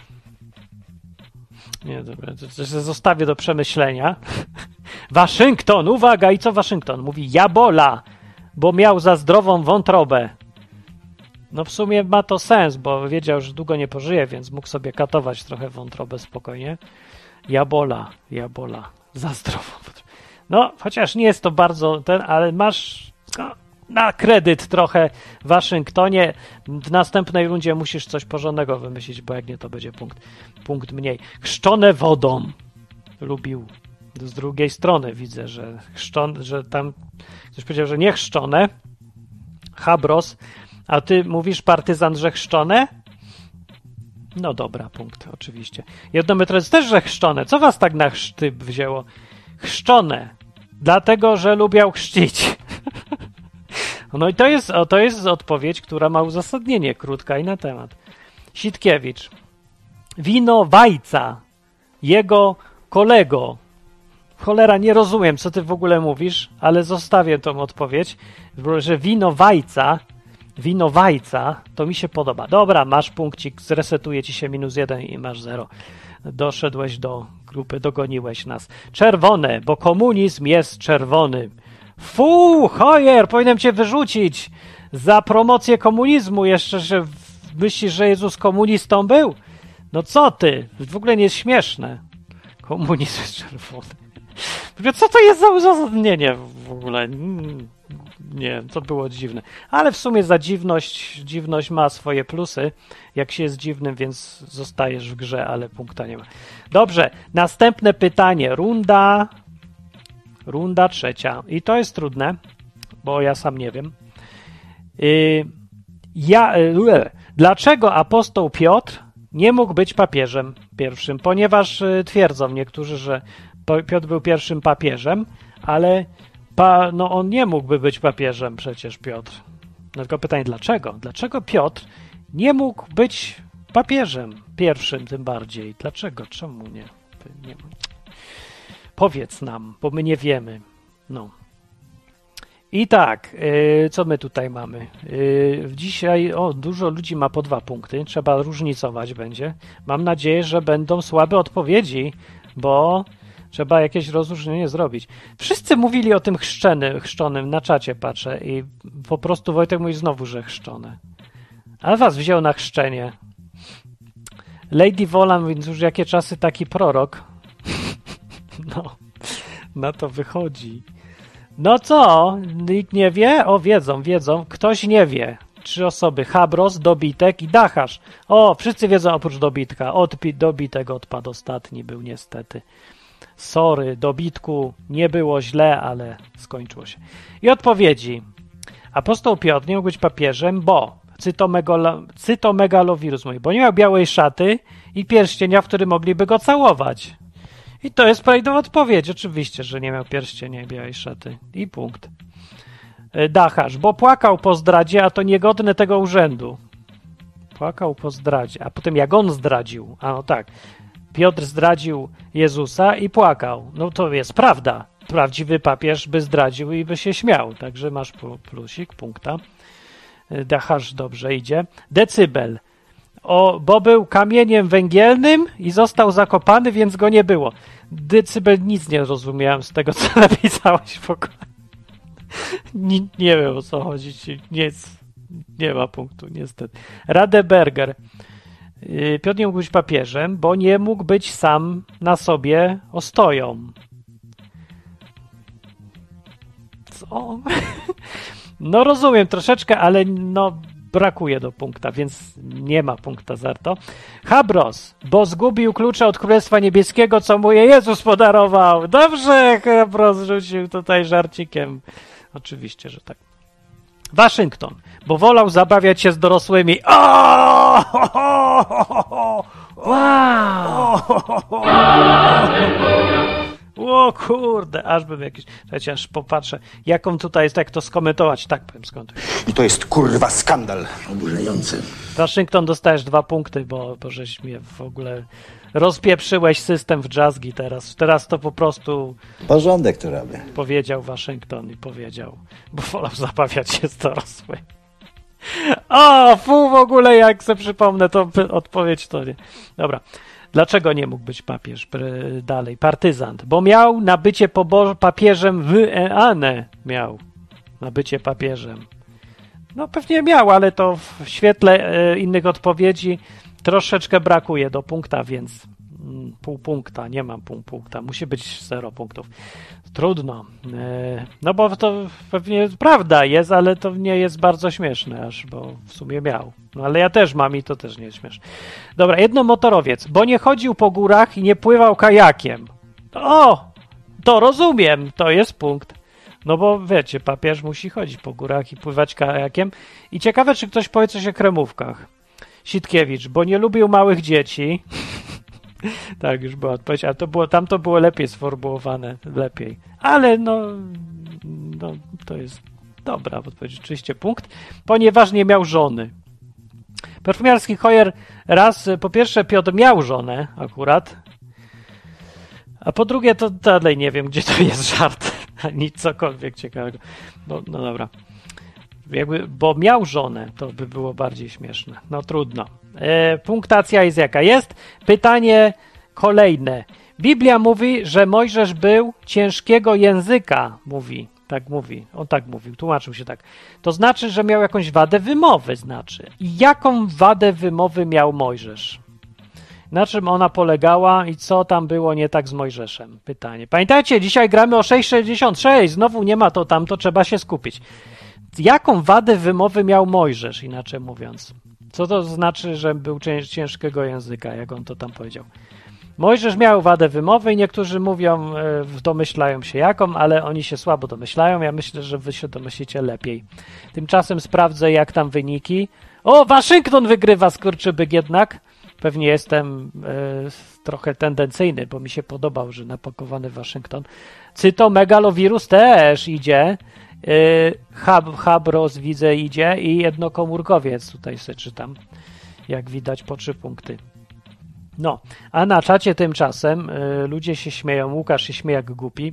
Nie, dobra, to zostawię do przemyślenia. Waszyngton, uwaga, i co Waszyngton? Mówi jabola, bo miał za zdrową wątrobę. No w sumie ma to sens, bo wiedział, że długo nie pożyje, więc mógł sobie katować trochę wątrobę spokojnie. Jabola, za zdrową wątrobę. No, chociaż nie jest to bardzo ale masz na kredyt trochę w Waszyngtonie. W następnej rundzie musisz coś porządnego wymyślić, bo jak nie, to będzie punkt mniej. Chrzczone wodą. Lubił. Z drugiej strony widzę, że tam ktoś powiedział, że nie chrzczone. Habros. A ty mówisz, partyzant, że chrzczone? No dobra, punkt, oczywiście. Jednometrowiec też, że chrzczone. Co was tak na chrzty wzięło? Chrzczone. Dlatego, że lubiał chrzcić. No i to jest odpowiedź, która ma uzasadnienie, krótka i na temat. Sitkiewicz. Winowajca. Jego kolego. Cholera, nie rozumiem, co ty w ogóle mówisz, ale zostawię tą odpowiedź, że winowajca, to mi się podoba. Dobra, masz punkcik, zresetuje ci się -1 i masz 0. Doszedłeś do grupy, dogoniłeś nas. Czerwone, bo komunizm jest czerwony. Fu, chojer, powinienem cię wyrzucić za promocję komunizmu. Jeszcze, że myślisz, że Jezus komunistą był? No co ty? W ogóle nie jest śmieszne. Komunizm jest czerwony. Co to jest za uzasadnienie w ogóle? Nie, to było dziwne. Ale w sumie za dziwność ma swoje plusy, jak się jest dziwnym, więc zostajesz w grze, ale punkta nie ma. Dobrze, następne pytanie. Runda trzecia. I to jest trudne, bo ja sam nie wiem. Dlaczego apostoł Piotr nie mógł być papieżem pierwszym? Ponieważ twierdzą niektórzy, że Piotr był pierwszym papieżem, ale on nie mógłby być papieżem przecież Piotr. No tylko pytanie, dlaczego? Dlaczego Piotr nie mógł być papieżem pierwszym tym bardziej? Dlaczego? Czemu nie? Powiedz nam, bo my nie wiemy. No. I tak, co my tutaj mamy? Dzisiaj dużo ludzi ma po 2 punkty, trzeba różnicować będzie. Mam nadzieję, że będą słabe odpowiedzi, bo trzeba jakieś rozróżnienie zrobić. Wszyscy mówili o tym chrzczonym, na czacie patrzę i po prostu Wojtek mówi znowu, że chrzczone. Ale was wziął na chrzczenie. Lady Wolan, więc już jakie czasy taki prorok. No, na to wychodzi. No co? Nikt nie wie? O, wiedzą. Ktoś nie wie. 3 osoby. Habros, Dobitek i Dacharz. O, wszyscy wiedzą oprócz Dobitka. Dobitek odpadł ostatni był niestety. Sorry, Dobitku, nie było źle, ale skończyło się. I odpowiedzi. Apostoł Piotr nie mógł być papieżem, bo cytomegalowirus mówi, bo nie miał białej szaty i pierścienia, w którym mogliby go całować. I to jest prawidłowa odpowiedź. Oczywiście, że nie miał pierścienia i białej szaty. I punkt. Dacharz, bo płakał po zdradzie, a to niegodne tego urzędu. Płakał po zdradzie, a potem jak on zdradził. A no tak. Piotr zdradził Jezusa i płakał. No to jest prawda. Prawdziwy papież by zdradził i by się śmiał. Także masz plusik, punkta. Dacharz dobrze idzie. Decybel. Bo był kamieniem węgielnym i został zakopany, więc go nie było. Decybel, nic nie rozumiałem z tego, co napisałeś w ogóle. Nie wiem, o co chodzi. Nie ma punktu, niestety. Radeberger. Piotr nie mógł być papieżem, bo nie mógł być sam na sobie ostoją. Co? No rozumiem troszeczkę, ale brakuje do punkta, więc nie ma punkta za to. Habros, bo zgubił klucze od Królestwa Niebieskiego, co mu je Jezus podarował. Dobrze, Habros rzucił tutaj żarcikiem. Oczywiście, że tak. Waszyngton, bo wolał zabawiać się z dorosłymi. Wow! O kurde, aż bym jakiś... Słuchajcie, aż popatrzę, jaką tutaj jest, jak to skomentować. Tak powiem, skomentuję. I to jest kurwa skandal. Oburzające. Waszyngton, dostajesz 2 punkty, bo żeś mnie w ogóle rozpieprzyłeś system w jazzgi teraz. Teraz to po prostu Porządek tu robię. powiedział Waszyngton i powiedział, bo wolał zabawiać się z dorosłym. O, w ogóle jak sobie przypomnę, to odpowiedź to nie. Dobra. Dlaczego nie mógł być papież dalej? Partyzant. Bo miał na bycie papieżem wyeane. Miał na bycie papieżem. No pewnie miał, ale to w świetle innych odpowiedzi troszeczkę brakuje do punkta, więc pół punkta. Nie mam pół punkta. Musi być 0 punktów. Trudno. No bo to pewnie prawda jest, ale to nie jest bardzo śmieszne aż, bo w sumie miał. No ale ja też mam i to też nie jest śmieszne. Dobra, jednomotorowiec, bo nie chodził po górach i nie pływał kajakiem. O! To rozumiem, to jest punkt. No bo wiecie, papież musi chodzić po górach i pływać kajakiem. I ciekawe, czy ktoś powie coś o kremówkach. Sitkiewicz, bo nie lubił małych dzieci. Tak, już była odpowiedź, ale tam to było lepiej sformułowane, lepiej. Ale no to jest dobra odpowiedź, oczywiście punkt, ponieważ nie miał żony. Perfumiarski Hoyer raz, po pierwsze Piotr miał żonę akurat, a po drugie to dalej nie wiem, gdzie to jest żart, ani cokolwiek ciekawego. No dobra. Bo miał żonę, to by było bardziej śmieszne. No trudno. Punktacja jest jaka jest. Pytanie kolejne. Biblia mówi, że Mojżesz był ciężkiego języka. Tak mówi. On tak mówił. Tłumaczył się tak. To znaczy, że miał jakąś wadę wymowy. Znaczy. I jaką wadę wymowy miał Mojżesz? Na czym ona polegała i co tam było nie tak z Mojżeszem? Pytanie. Pamiętajcie, dzisiaj gramy o 6,66. Znowu nie ma to tam, to trzeba się skupić. Jaką wadę wymowy miał Mojżesz, inaczej mówiąc? Co to znaczy, że był ciężkiego języka, jak on to tam powiedział? Mojżesz miał wadę wymowy i niektórzy mówią, domyślają się jaką, ale oni się słabo domyślają. Ja myślę, że wy się domyślicie lepiej. Tymczasem sprawdzę, jak tam wyniki. O, Waszyngton wygrywa, skurczybyk jednak. Pewnie jestem trochę tendencyjny, bo mi się podobał, że napakowany Waszyngton. Cytomegalowirus też idzie. Habros widzę idzie i jednokomórkowiec tutaj sobie czytam, jak widać po 3 punkty. No, a na czacie tymczasem ludzie się śmieją, Łukasz się śmieje jak głupi.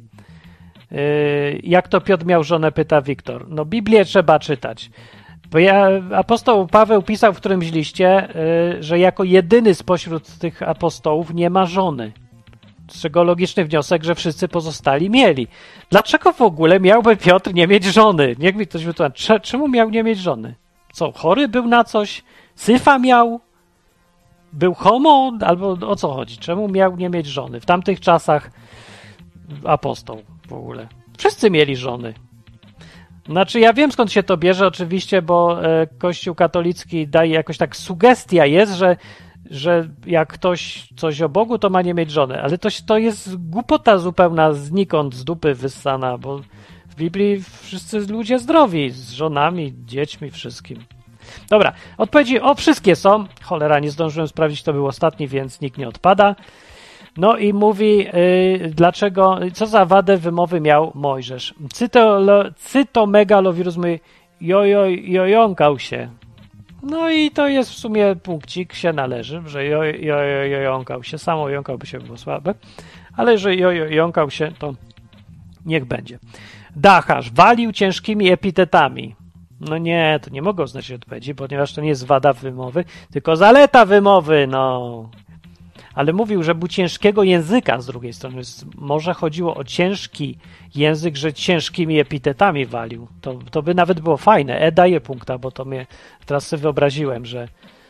Jak to Piotr miał żonę, pyta Wiktor. No Biblię trzeba czytać. Bo apostoł Paweł pisał w którymś liście, że jako jedyny spośród tych apostołów nie ma żony. Z czego logiczny wniosek, że wszyscy pozostali mieli. Dlaczego w ogóle miałby Piotr nie mieć żony? Niech mi ktoś wytłumaczy. Czemu miał nie mieć żony? Co, chory był na coś? Syfa miał? Był homo? Albo o co chodzi? Czemu miał nie mieć żony? W tamtych czasach apostoł w ogóle. Wszyscy mieli żony. Znaczy ja wiem, skąd się to bierze oczywiście, bo Kościół katolicki daje jakoś tak, sugestia jest, że jak ktoś coś o Bogu, to ma nie mieć żony. Ale to jest głupota zupełna, znikąd, z dupy wyssana, bo w Biblii wszyscy ludzie zdrowi, z żonami, dziećmi, wszystkim. Dobra, odpowiedzi wszystkie są. Cholera, nie zdążyłem sprawdzić, to był ostatni, więc nikt nie odpada. No i mówi, dlaczego, co za wadę wymowy miał Mojżesz. Cytomegalowirus mówi, jojąkał się. No i to jest w sumie punkcik, się należy, że jąkał się, samo jąkałby się było słabe, ale że jąkał się, to niech będzie. Dacharz walił ciężkimi epitetami. No nie, to nie mogę oznaczyć odpowiedzi, ponieważ to nie jest wada wymowy, tylko zaleta wymowy, no. Ale mówił, że był ciężkiego języka z drugiej strony. Może chodziło o ciężki język, że ciężkimi epitetami walił. To by nawet było fajne. Daje punkta, bo to mnie teraz sobie wyobraziłem, że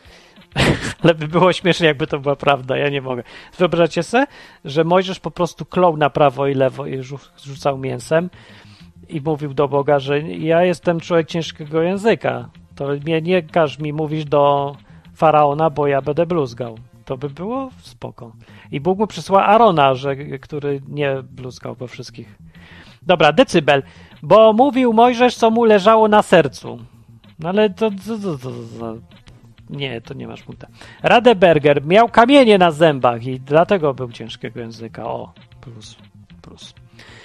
ale by było śmiesznie, jakby to była prawda. Ja nie mogę. Wyobraźcie sobie, że Mojżesz po prostu klął na prawo i lewo i rzucał mięsem i mówił do Boga, że ja jestem człowiek ciężkiego języka. To mnie nie każ mi mówić do Faraona, bo ja będę bluzgał. To by było spoko. I Bóg mu przysłał Arona, który nie bluzgał po wszystkich. Dobra, decybel. Bo mówił Mojżesz, co mu leżało na sercu. No ale to nie, to nie masz punkta. Radeberger miał kamienie na zębach i dlatego był ciężkiego języka. O, plus. Habrus.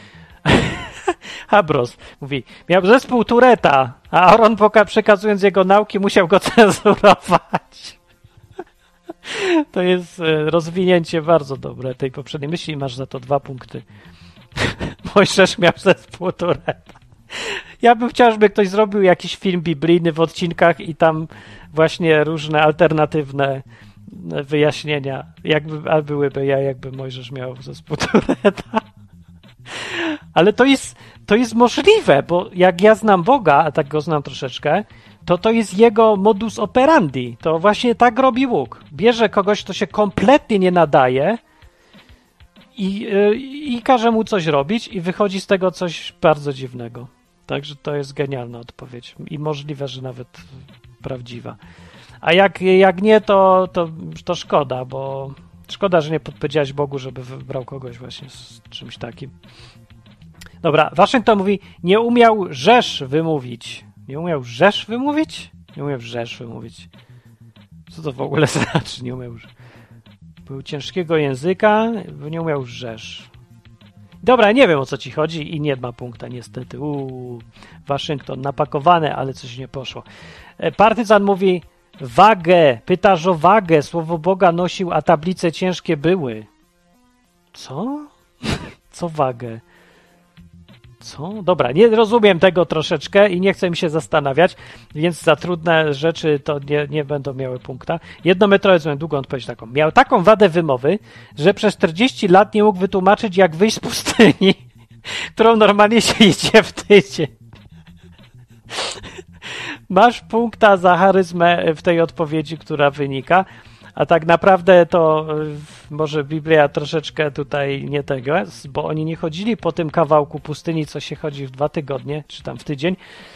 Habros mówi, miał zespół Tureta, a Aaron przekazując jego nauki musiał go cenzurować. To jest rozwinięcie bardzo dobre tej poprzedniej myśli i masz za to 2 punkty. Mojżesz miał zespół Tureta. Ja bym chciał, żeby ktoś zrobił jakiś film biblijny w odcinkach i tam właśnie różne alternatywne wyjaśnienia, byłyby jakby Mojżesz miał zespół Tureta. Ale to jest możliwe, bo jak ja znam Boga, a tak go znam troszeczkę, to jest jego modus operandi. To właśnie tak robi Bóg. Bierze kogoś, kto się kompletnie nie nadaje i każe mu coś robić i wychodzi z tego coś bardzo dziwnego. Także to jest genialna odpowiedź i możliwe, że nawet prawdziwa. A jak nie, to szkoda, bo szkoda, że nie podpowiedziałeś Bogu, żeby wybrał kogoś właśnie z czymś takim. Dobra, Waszyngton mówi, nie umiał rzesz wymówić. Nie umiał rzesz wymówić? Nie umiał rzesz wymówić. Co to w ogóle znaczy? Nie umiał. Był ciężkiego języka, nie umiał rzesz. Dobra, nie wiem o co ci chodzi i nie ma punkta niestety. Waszyngton napakowane, ale coś nie poszło. Partyzan mówi, wagę, pytasz o wagę, słowo Boga nosił, a tablice ciężkie były. Co? Co wagę? Co? Dobra, nie rozumiem tego troszeczkę i nie chcę mi się zastanawiać, więc za trudne rzeczy to nie będą miały punkta. Jednometrowiec miał długą odpowiedź taką. Miał taką wadę wymowy, że przez 40 lat nie mógł wytłumaczyć, jak wyjść z pustyni, którą normalnie się idzie w tydzień. Masz punkta za charyzmę w tej odpowiedzi, która wynika, a tak naprawdę to może Biblia troszeczkę tutaj nie tego jest, bo oni nie chodzili po tym kawałku pustyni, co się chodzi w 2 tygodnie, czy tam w tydzień,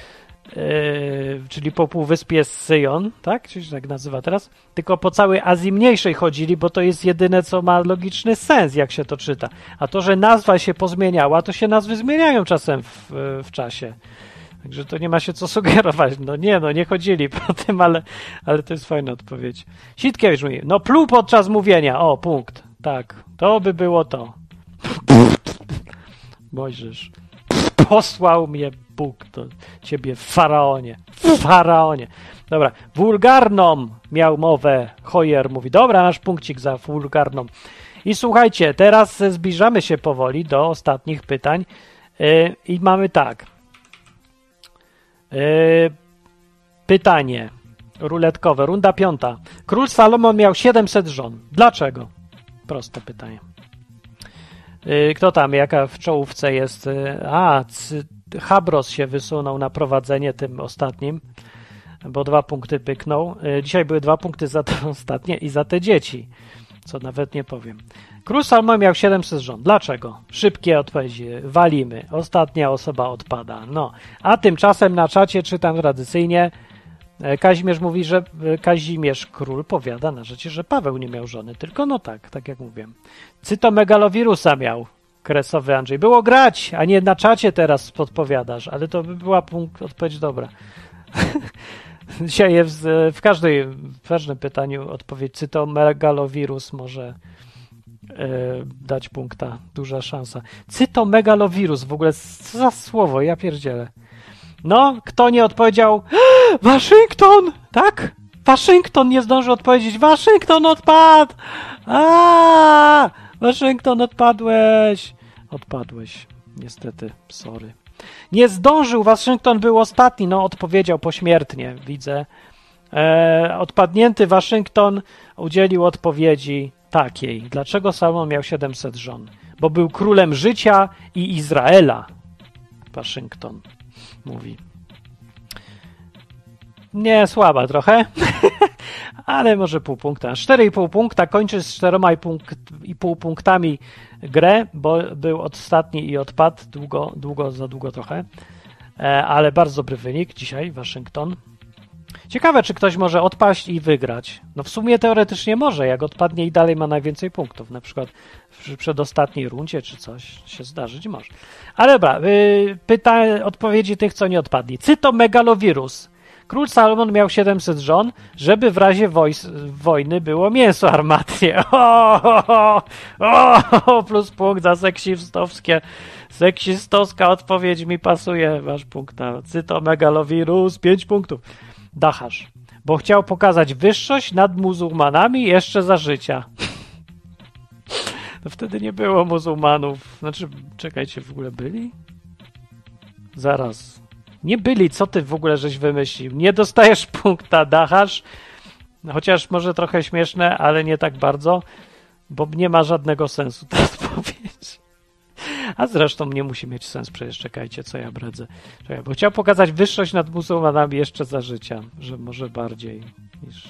czyli po półwyspie Syjon, tak? Czy się tak nazywa teraz? Tylko po całej Azji Mniejszej chodzili, bo to jest jedyne, co ma logiczny sens, jak się to czyta. A to, że nazwa się pozmieniała, to się nazwy zmieniają czasem w czasie. Także to nie ma się co sugerować. Nie chodzili po tym, ale to jest fajna odpowiedź. Sitkiewicz mówi, pluł podczas mówienia. O, punkt. Tak, to by było to. Mojżesz, posłał mnie Bóg do ciebie, faraonie. Faraonie. Dobra, wulgarną miał mowę. Hoyer mówi, dobra, masz punkcik za wulgarną. I słuchajcie, teraz zbliżamy się powoli do ostatnich pytań i mamy tak. Pytanie ruletkowe, runda 5. Król Salomon miał 700 żon. Dlaczego? Proste pytanie. Kto tam, jaka w czołówce jest? Habros się wysunął na prowadzenie tym ostatnim, bo 2 punkty pyknął. Dzisiaj były 2 punkty za te ostatnie i za te dzieci, co nawet nie powiem. Król Salomon miał 700 żon. Dlaczego? Szybkie odpowiedzi. Walimy. Ostatnia osoba odpada. A tymczasem na czacie czytam tradycyjnie. Kazimierz mówi, że Kazimierz Król powiada na rzeczy, że Paweł nie miał żony. Tylko tak jak mówiłem. Cytomegalowirusa miał. Kresowy Andrzej. Było grać, a nie na czacie teraz podpowiadasz, ale to by była odpowiedź dobra. Dzisiaj jest w każdym pytaniu odpowiedź cytomegalowirus może dać punkta. Duża szansa. Cytomegalowirus, w ogóle co za słowo, ja pierdzielę. Kto nie odpowiedział? Waszyngton! Tak? Waszyngton nie zdążył odpowiedzieć. Waszyngton odpadł! Waszyngton odpadłeś. Odpadłeś. Niestety, sorry. Nie zdążył, Waszyngton był ostatni. Odpowiedział pośmiertnie, widzę. Odpadnięty Waszyngton udzielił odpowiedzi takiej. Dlaczego Salomon miał 700 żon? Bo był królem życia i Izraela. Waszyngton mówi. Nie, słaba trochę, ale może pół punkta. 4,5 punkta, kończy z 4,5 punktami grę, bo był ostatni i odpadł za długo trochę, ale bardzo dobry wynik dzisiaj, Waszyngton. Ciekawe, czy ktoś może odpaść i wygrać. W sumie teoretycznie może, jak odpadnie i dalej ma najwięcej punktów, na przykład w przedostatniej rundzie, czy coś się zdarzyć może. Ale dobra, odpowiedzi tych, co nie odpadli. Cytomegalowirus. Król Salomon miał 700 żon, żeby w razie wojny było mięso armatnie. Plus punkt za seksistowskie. Seksistowska odpowiedź mi pasuje. Masz punkt na cytomegalowirus, 5 punktów. Dacharz, bo chciał pokazać wyższość nad muzułmanami jeszcze za życia. No wtedy nie było muzułmanów. Znaczy, czekajcie, w ogóle byli? Zaraz. Nie byli, co ty w ogóle żeś wymyślił? Nie dostajesz punkta, Dacharz. No, chociaż może trochę śmieszne, ale nie tak bardzo, bo nie ma żadnego sensu ta odpowiedź. A zresztą nie musi mieć sens, przecież czekajcie, co ja bredzę. Czekaj, bo chciał pokazać wyższość nad muzułmanami jeszcze za życia, że może bardziej niż...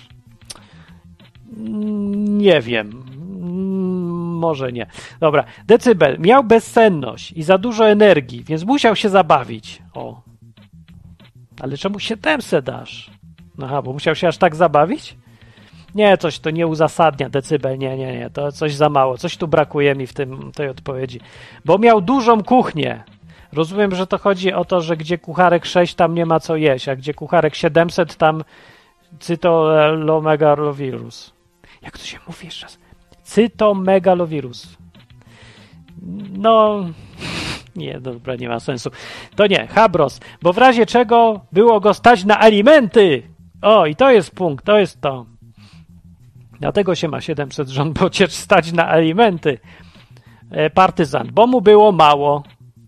Nie wiem. Może nie. Dobra. Decybel miał bezsenność i za dużo energii, więc musiał się zabawić. O. Ale czemu 700 dasz? Aha, bo musiał się aż tak zabawić? Nie, coś to nie uzasadnia, decybel, nie, to coś za mało, coś tu brakuje mi w tej odpowiedzi. Bo miał dużą kuchnię. Rozumiem, że to chodzi o to, że gdzie kucharek 6, tam nie ma co jeść, a gdzie kucharek 700, tam cytomegalowirus. Jak to się mówi jeszcze raz? Cytomegalowirus. No... Nie, dobra, nie ma sensu. To nie, Habros, bo w razie czego było go stać na alimenty. O, i to jest punkt, to jest to. Dlatego się ma 700 żon, bo cię stać na alimenty. Partyzant, bo mu było mało.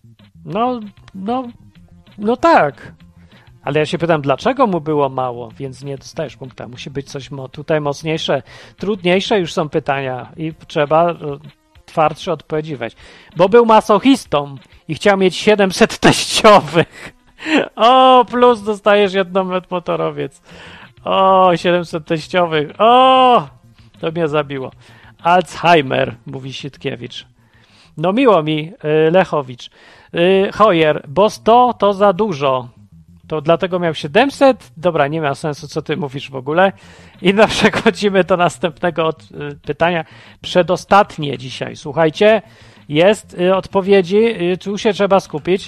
No tak. Ale ja się pytam, dlaczego mu było mało, więc nie dostajesz punkta. Musi być coś tutaj mocniejsze. Trudniejsze już są pytania i trzeba twardsze odpowiedzi weź. Bo był masochistą i chciał mieć 700 teściowych. O, plus dostajesz jednomotorowiec. O, 700 teściowych. O, to mnie zabiło. Alzheimer, mówi Sitkiewicz. No miło mi, Lechowicz. Hoyer, bo 100 to za dużo. To dlatego miał 700? Dobra, nie ma sensu, co ty mówisz w ogóle. I przechodzimy do następnego pytania. Przedostatnie dzisiaj. Słuchajcie, jest odpowiedzi. Tu się trzeba skupić.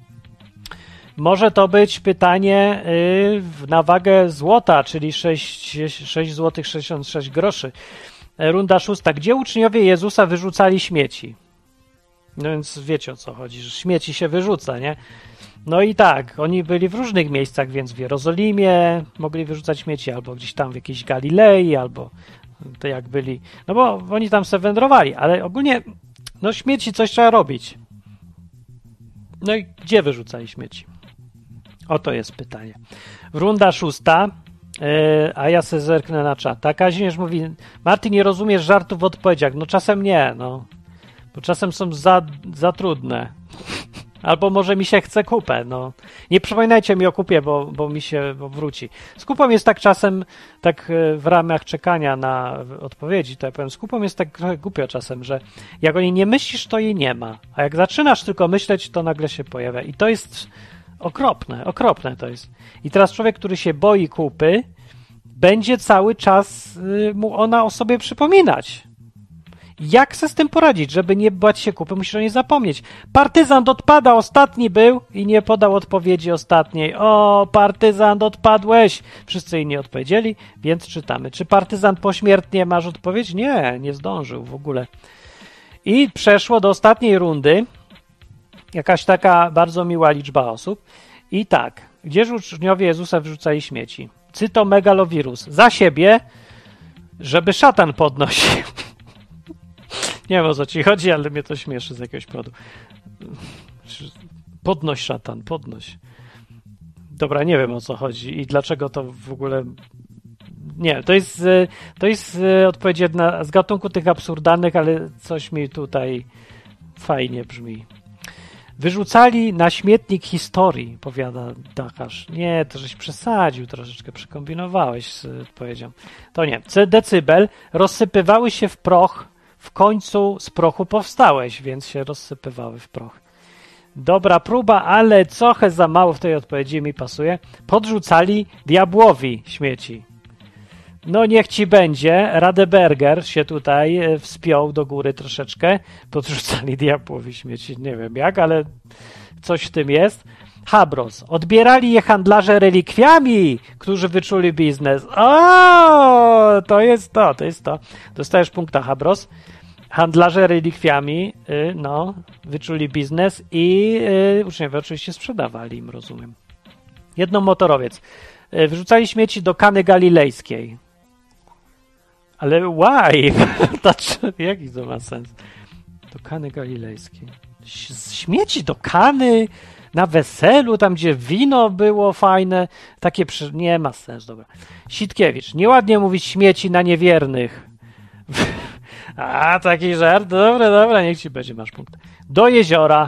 Może to być pytanie na wagę złota, czyli 6 zł 66 groszy. Runda 6. Gdzie uczniowie Jezusa wyrzucali śmieci? No więc wiecie, o co chodzi, że śmieci się wyrzuca, nie? No i tak, oni byli w różnych miejscach, więc w Jerozolimie mogli wyrzucać śmieci, albo gdzieś tam w jakiejś Galilei, albo to jak byli, no bo oni tam se wędrowali, ale ogólnie, no śmieci coś trzeba robić. No i gdzie wyrzucali śmieci? Oto jest pytanie. Runda 6, a ja se zerknę na czat. A Kazimierz mówi, Martin, nie rozumiesz żartów w odpowiedziach. No czasem nie, no. Bo czasem są za trudne. Albo może mi się chce kupę, no. Nie przypominajcie mi o kupie, bo wróci. Z kupą jest tak czasem, tak w ramach czekania na odpowiedzi, to ja powiem, z kupą jest tak trochę głupio czasem, że jak o niej nie myślisz, to jej nie ma. A jak zaczynasz tylko myśleć, to nagle się pojawia. I to jest okropne to jest. I teraz człowiek, który się boi kupy, będzie cały czas mu ona o sobie przypominać. Jak se z tym poradzić, żeby nie bać się kupy? Musisz o niej zapomnieć. Partyzant odpada, ostatni był i nie podał odpowiedzi ostatniej. O, partyzant, odpadłeś. Wszyscy inni odpowiedzieli, więc czytamy. Czy partyzant pośmiertnie masz odpowiedź? Nie, nie zdążył w ogóle. I przeszło do ostatniej rundy. Jakaś taka bardzo miła liczba osób. I tak, gdzież uczniowie Jezusa wyrzucali śmieci? Cytomegalowirus. Za siebie, żeby szatan podnosił. Nie wiem, o co ci chodzi, ale mnie to śmieszy z jakiegoś powodu. Podnoś, szatan, podnoś. Dobra, nie wiem, o co chodzi i dlaczego to w ogóle... Nie, to jest odpowiedź jedna z gatunku tych absurdalnych, ale coś mi tutaj fajnie brzmi. Wyrzucali na śmietnik historii, powiada Dacharz. Nie, to żeś przesadził, troszeczkę przekombinowałeś z odpowiedzią. To nie. Decybel rozsypywały się w proch, w końcu z prochu powstałeś, więc się rozsypywały w proch. Dobra próba, ale trochę za mało w tej odpowiedzi mi pasuje. Podrzucali diabłowi śmieci. No niech ci będzie. Radeberger się tutaj wspiął do góry troszeczkę. Podrzucali diabłowi śmieci. Nie wiem jak, ale coś w tym jest. Habros. Odbierali je handlarze relikwiami, którzy wyczuli biznes. O, to jest to. Dostajesz punkta, Habros. Handlarze relikwiami, wyczuli biznes i uczniowie oczywiście sprzedawali im, rozumiem. Jednomotorowiec. Wyrzucali śmieci do Kany Galilejskiej. Ale why? Jaki to ma sens? Do Kany Galilejskiej. Śmieci do Kany na weselu, tam gdzie wino było fajne. Takie nie ma sensu, dobra. Sitkiewicz. Nieładnie mówić śmieci na niewiernych. A, taki żart? Dobra, niech ci będzie, masz punkt. Do jeziora.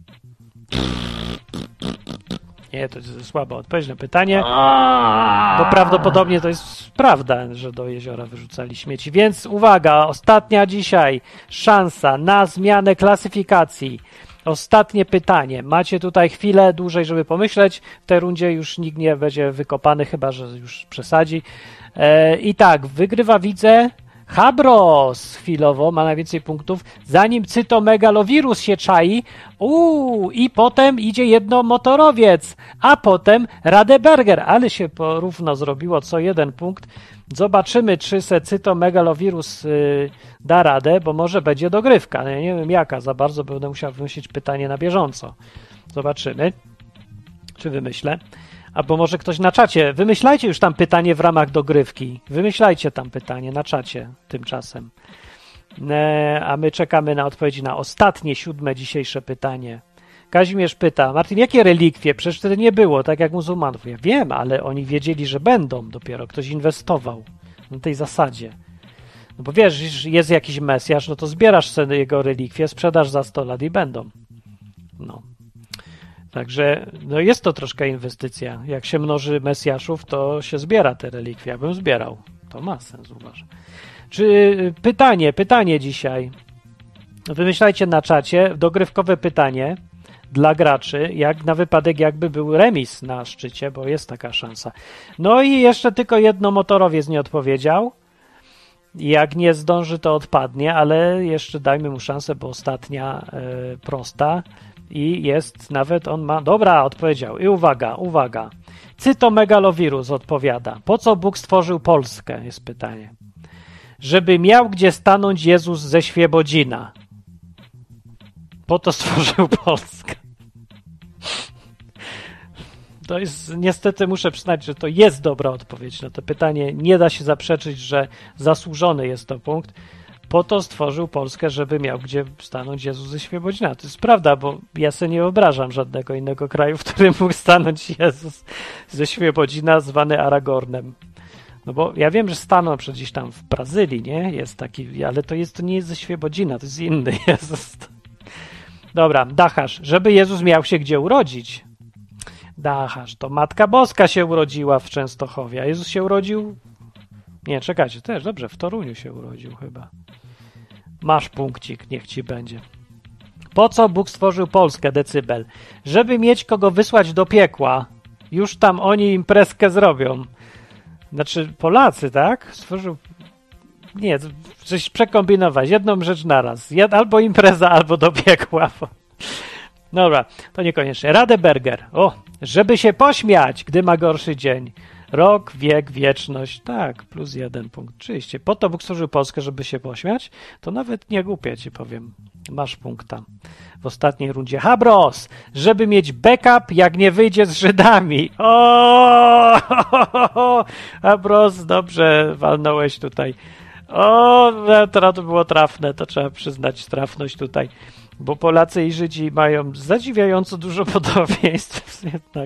Nie, to jest słaba odpowiedź na pytanie, bo prawdopodobnie to jest prawda, że do jeziora wyrzucali śmieci. Więc uwaga, ostatnia dzisiaj szansa na zmianę klasyfikacji. Ostatnie pytanie. Macie tutaj chwilę dłużej, żeby pomyśleć. W tej rundzie już nikt nie będzie wykopany, chyba że już przesadzi. I tak, wygrywa, widzę, Habros chwilowo ma najwięcej punktów, zanim cytomegalowirus się czai, i potem idzie jednomotorowiec, a potem Radeberger, ale się porówno zrobiło co jeden punkt. Zobaczymy, czy se cytomegalowirus da radę, bo może będzie dogrywka. Ja nie wiem jaka, za bardzo będę musiał wymyślić pytanie na bieżąco. Zobaczymy, czy wymyślę. Albo może ktoś na czacie. Wymyślajcie już tam pytanie w ramach dogrywki. Wymyślajcie tam pytanie na czacie tymczasem. A my czekamy na odpowiedzi na ostatnie, 7 dzisiejsze pytanie. Kazimierz pyta, Martin, jakie relikwie? Przecież wtedy nie było, tak jak muzułmanów. Ja wiem, ale oni wiedzieli, że będą dopiero. Ktoś inwestował na tej zasadzie. No bo wiesz, jest jakiś Mesjasz, no to zbierasz sobie jego relikwie, sprzedasz za 100 lat i będą. No. Także jest to troszkę inwestycja. Jak się mnoży Mesjaszów, to się zbiera te relikwie. Ja bym zbierał. To ma sens, uważam. Czy pytanie dzisiaj. Wymyślajcie na czacie dogrywkowe pytanie dla graczy, jak na wypadek jakby był remis na szczycie, bo jest taka szansa. No i jeszcze tylko jednomotorowiec nie odpowiedział. Jak nie zdąży, to odpadnie, ale jeszcze dajmy mu szansę, bo ostatnia prosta. I jest, nawet on ma... Dobra, odpowiedział. I uwaga. Cytomegalowirus odpowiada. Po co Bóg stworzył Polskę? Jest pytanie. Żeby miał gdzie stanąć Jezus ze Świebodzina. Po to stworzył Polskę. To jest, niestety muszę przyznać, że to jest dobra odpowiedź na to pytanie. Nie da się zaprzeczyć, że zasłużony jest to punkt. Po to stworzył Polskę, żeby miał gdzie stanąć Jezus ze Świebodzina. To jest prawda, bo ja sobie nie wyobrażam żadnego innego kraju, w którym mógł stanąć Jezus ze Świebodzina, zwany Aragornem. No bo ja wiem, że stanął przecież gdzieś tam w Brazylii, nie? Jest taki, ale to nie jest ze Świebodzina, to jest inny Jezus. Dobra, Dacharz. Żeby Jezus miał się gdzie urodzić. Dacharz, to Matka Boska się urodziła w Częstochowie, a Jezus się urodził... Nie, czekajcie, też dobrze, w Toruniu się urodził chyba. Masz punkcik, niech ci będzie. Po co Bóg stworzył Polskę, Decybel? Żeby mieć kogo wysłać do piekła. Już tam oni imprezkę zrobią. Znaczy Polacy, tak? Stworzył... Nie, coś przekombinować. Jedną rzecz naraz. Albo impreza, albo do piekła. Dobra, to niekoniecznie. Radeberger. Żeby się pośmiać, gdy ma gorszy dzień. Rok, wiek, wieczność. Tak, +1 punkt. Oczywiście. Po to Bóg stworzył Polskę, żeby się pośmiać. To nawet nie głupie ci powiem. Masz punkta. W ostatniej rundzie. Habros! Żeby mieć backup, jak nie wyjdzie z Żydami. Habros, dobrze walnąłeś tutaj. Teraz to było trafne. To trzeba przyznać trafność tutaj. Bo Polacy i Żydzi mają zadziwiająco dużo podobieństw jednak.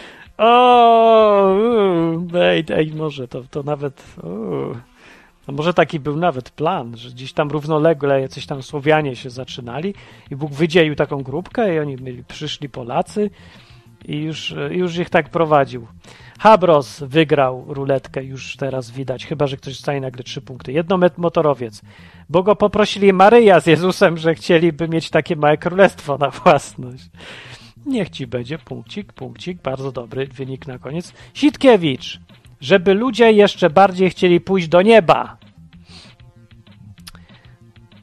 Może to nawet... No może taki był nawet plan, że gdzieś tam równolegle jacyś tam Słowianie się zaczynali i Bóg wydzielił taką grupkę i oni przyszli Polacy i już ich tak prowadził. Habros wygrał ruletkę, już teraz widać, chyba że ktoś dostanie nagle 3 punkty. Jednomotorowiec, bo go poprosili Maryja z Jezusem, że chcieliby mieć takie małe królestwo na własność. Niech ci będzie punkcik, bardzo dobry wynik na koniec. Sitkiewicz, żeby ludzie jeszcze bardziej chcieli pójść do nieba.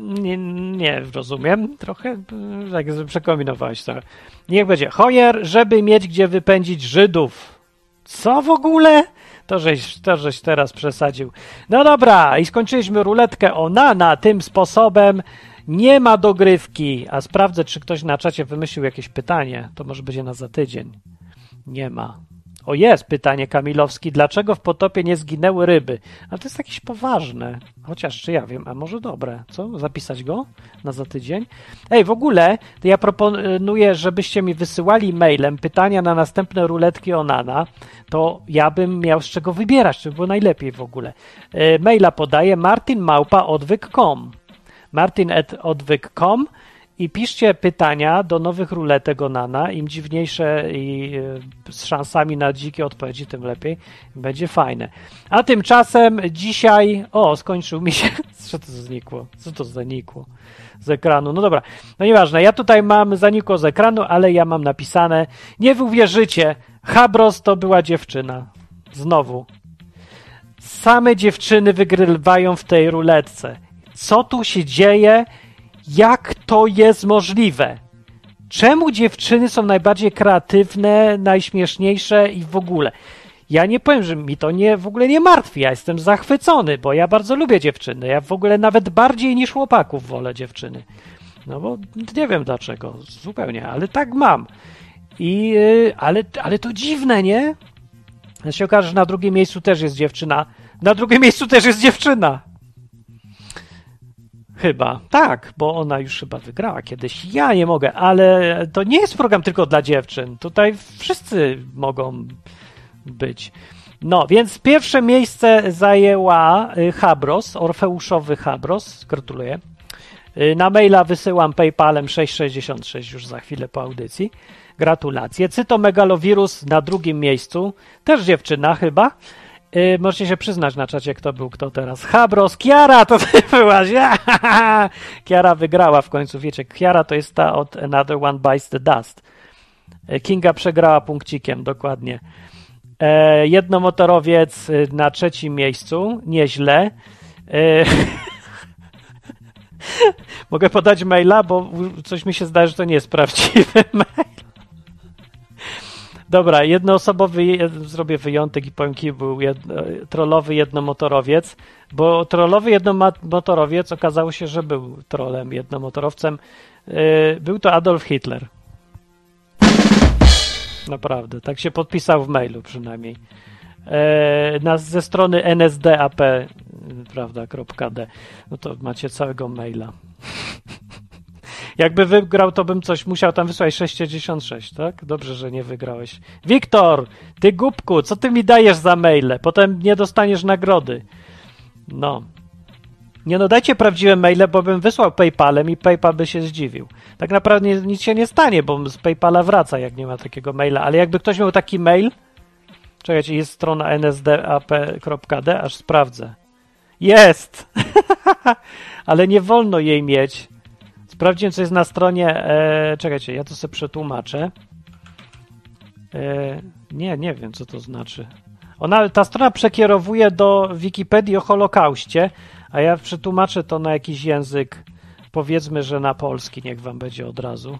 Nie rozumiem. Trochę tak przekombinowałeś trochę. Niech będzie. Hoyer, żeby mieć gdzie wypędzić Żydów. Co w ogóle? To żeś teraz przesadził. No dobra, i skończyliśmy ruletkę Onana tym sposobem. Nie ma dogrywki. A sprawdzę, czy ktoś na czacie wymyślił jakieś pytanie. To może będzie na za tydzień. Nie ma. O, jest pytanie Kamilowski. Dlaczego w potopie nie zginęły ryby? Ale to jest jakieś poważne. Chociaż, czy ja wiem, a może dobre. Co? Zapisać go na za tydzień? Ej, w ogóle to ja proponuję, żebyście mi wysyłali mailem pytania na następne ruletki Onana. To ja bym miał z czego wybierać. To by było najlepiej w ogóle. Maila podaję martin@odwyk.com martin@odwyk.com i piszcie pytania do nowych ruletek Onana. Im dziwniejsze i z szansami na dzikie odpowiedzi, tym lepiej. Będzie fajne. A tymczasem dzisiaj... O, skończył mi się... Co to znikło? Co to zanikło z ekranu? No dobra, no nieważne. Ja tutaj mam zanikło z ekranu, ale ja mam napisane: nie uwierzycie, Habros to była dziewczyna. Znowu. Same dziewczyny wygrywają w tej ruletce. Co tu się dzieje? Jak to jest możliwe? Czemu dziewczyny są najbardziej kreatywne, najśmieszniejsze i w ogóle? Ja nie powiem, że mi to w ogóle nie martwi. Ja jestem zachwycony, bo ja bardzo lubię dziewczyny. Ja w ogóle nawet bardziej niż chłopaków wolę dziewczyny. No bo nie wiem dlaczego. Zupełnie, ale tak mam. Ale to dziwne, nie? Ja się okaże, że na drugim miejscu też jest dziewczyna. Na drugim miejscu też jest dziewczyna. Chyba, tak, bo ona już chyba wygrała kiedyś. Ja nie mogę, ale to nie jest program tylko dla dziewczyn. Tutaj wszyscy mogą być. No, więc pierwsze miejsce zajęła Habros, Orfeuszowy Habros. Gratuluję. Na maila wysyłam PayPalem 6,66 już za chwilę po audycji. Gratulacje. Cytomegalowirus na drugim miejscu. Też dziewczyna chyba. Możecie się przyznać na czacie, kto teraz. Habros, Kiara, to ty byłaś. Kiara wygrała w końcu, wiecie. Kiara to jest ta od Another One Bites the Dust. Kinga przegrała punkcikiem, dokładnie. Jednomotorowiec na trzecim miejscu, nieźle. Mogę podać maila, bo coś mi się zdaje, że to nie jest prawdziwy mail. Dobra, jednoosobowy, zrobię wyjątek i powiem, kim był trollowy jednomotorowiec, bo trollowy jednomotorowiec okazało się, że był trollem jednomotorowcem. Był to Adolf Hitler. Naprawdę, tak się podpisał w mailu przynajmniej. Ze strony nsdap, prawda, .d. No to macie całego maila. Jakby wygrał, to bym coś musiał tam wysłać 66, tak? Dobrze, że nie wygrałeś. Wiktor, ty głupku, co ty mi dajesz za maile? Potem nie dostaniesz nagrody. No. Nie no, dajcie prawdziwe maile, bo bym wysłał PayPalem i PayPal by się zdziwił. Tak naprawdę nic się nie stanie, bo z PayPala wraca, jak nie ma takiego maila. Ale jakby ktoś miał taki mail... Czekajcie, jest strona nsdap.d, aż sprawdzę. Jest! Ale nie wolno jej mieć. Sprawdziłem, co jest na stronie... czekajcie, ja to sobie przetłumaczę. Nie wiem, co to znaczy. Ta strona przekierowuje do Wikipedii o Holokauście, a ja przetłumaczę to na jakiś język, powiedzmy, że na polski, niech wam będzie od razu.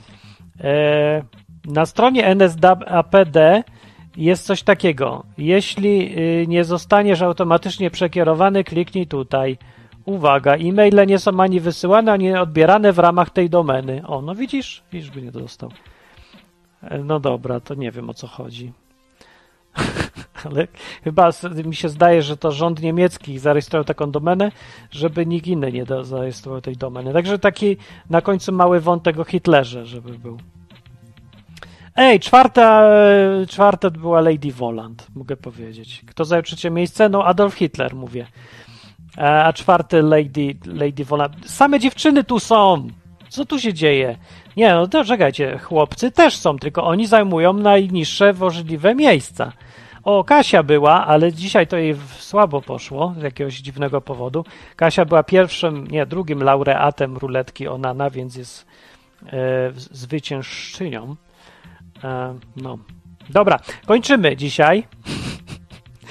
Na stronie nsdap.d jest coś takiego. Jeśli nie zostaniesz automatycznie przekierowany, kliknij tutaj. Uwaga, e-maile nie są ani wysyłane, ani odbierane w ramach tej domeny. O, no widzisz? Widzisz, by nie dostał. No dobra, to nie wiem, o co chodzi. Ale chyba mi się zdaje, że to rząd niemiecki zarejestrował taką domenę, żeby nikt inny nie zarejestrował tej domeny. Także taki na końcu mały wątek o Hitlerze, żeby był. Ej, czwarta była Lady Voland, mogę powiedzieć. Kto zajął trzecie miejsce? No Adolf Hitler, mówię. A czwarty Lady Voland. Same dziewczyny tu są! Co tu się dzieje? Nie, no to czekajcie, chłopcy też są, tylko oni zajmują najniższe możliwe miejsca. O, Kasia była, ale dzisiaj to jej słabo poszło z jakiegoś dziwnego powodu. Kasia była drugim laureatem ruletki Onana, więc jest zwyciężczynią. No. Dobra, kończymy dzisiaj.